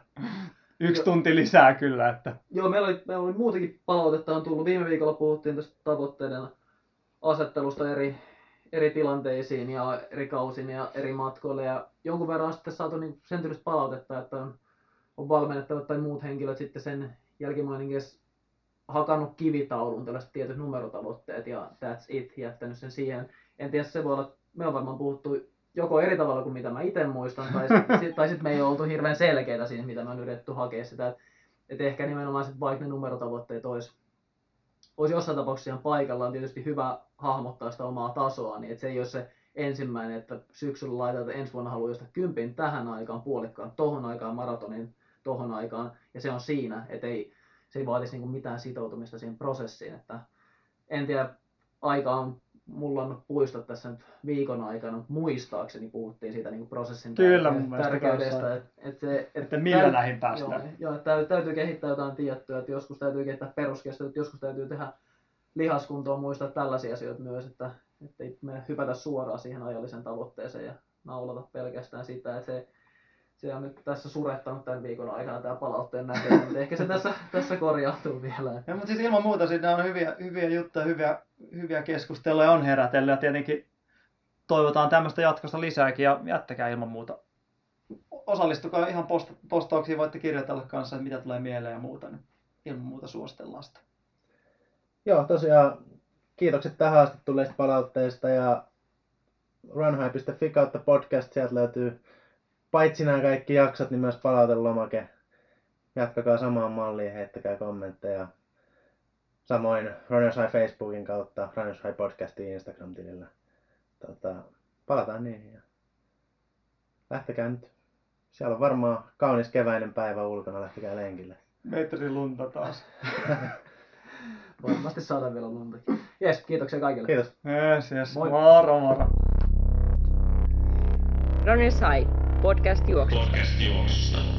1 tunti lisää kyllä. Että. Joo, meillä oli muutakin palautetta on tullut. Viime viikolla puhuttiin tästä tavoitteiden asettelusta eri tilanteisiin ja eri kausiin ja eri matkoille. Ja jonkun verran on sitten saatu niin sen tyylistä palautetta, että on valmennettavat tai muut henkilöt sitten sen jälkimaininkin hakannut kivitaulun tällaiset tietyt numerotavoitteet ja that's it, jättänyt sen siihen. En tiedä, se voi olla, me on varmaan puhuttu joko eri tavalla kuin mitä mä itse muistan, tai sitten me ei ole oltu hirveän selkeitä siinä, mitä me on yritetty hakea sitä. Että ehkä nimenomaan sit, vaikka ne numerotavoitteet olisi jossain tapauksessa ihan paikallaan, tietysti hyvä hahmottaa sitä omaa tasoa, niin että se ei ole se ensimmäinen, että syksyllä laitetaan, että ensi vuonna haluaa juosta 10 tähän aikaan, puolikkaan tohon aikaan, maratonin tohon aikaan, ja se on siinä, että se ei vaatisi niinku mitään sitoutumista siihen prosessiin. Että en tiedä, mulla on puistot tässä nyt viikon aikana, mutta muistaakseni puhuttiin siitä niinku prosessin tärkeydestä. Että millä näihin päästään. Joo, täytyy kehittää jotain tiettyä, että joskus täytyy kehittää peruskestoa, että joskus täytyy tehdä lihaskuntoon, muistaa tällaisia asioita myös, että ei me hypätä suoraan siihen ajalliseen tavoitteeseen ja naulata pelkästään sitä, että se on nyt tässä surettanut tämän viikon aikana tämä palautteen näkeminen, mutta ehkä se tässä korjautuu vielä. Ja, mutta siis ilman muuta siinä on hyviä juttuja, hyviä keskusteluja on herätellyt ja tietenkin toivotaan tämmöistä jatkosta lisääkin ja jättäkää ilman muuta. Osallistukaa ihan postauksiin, voitte kirjoitella kanssa, että mitä tulee mieleen ja muuta, niin ilman muuta suositellaan sitä. Joo, tosiaan kiitokset tähän asti tulleista palautteista ja runhigh.fi kautta podcast, sieltä löytyy paitsi nämä kaikki jaksot, niin myös palautelomake. Jatkakaa samaan malliin, heittäkää kommentteja. Kiitos, että kuuntelitte. Kiitos. Moi moi. Samoin Runners High Facebookin kautta, Runners High podcastin Instagram-tilillä. Palataan niihin ja lähtekää nyt. Siellä on varmaan kaunis keväinen päivä ulkona, lähtekää lenkille. Metri lunta taas. Varmasti saadaan vielä luntakin. Jes, kiitoksia kaikille. Kiitos. Yes. Moi. Moro. Runners High, podcast juoksusta. Podcast juoksusta.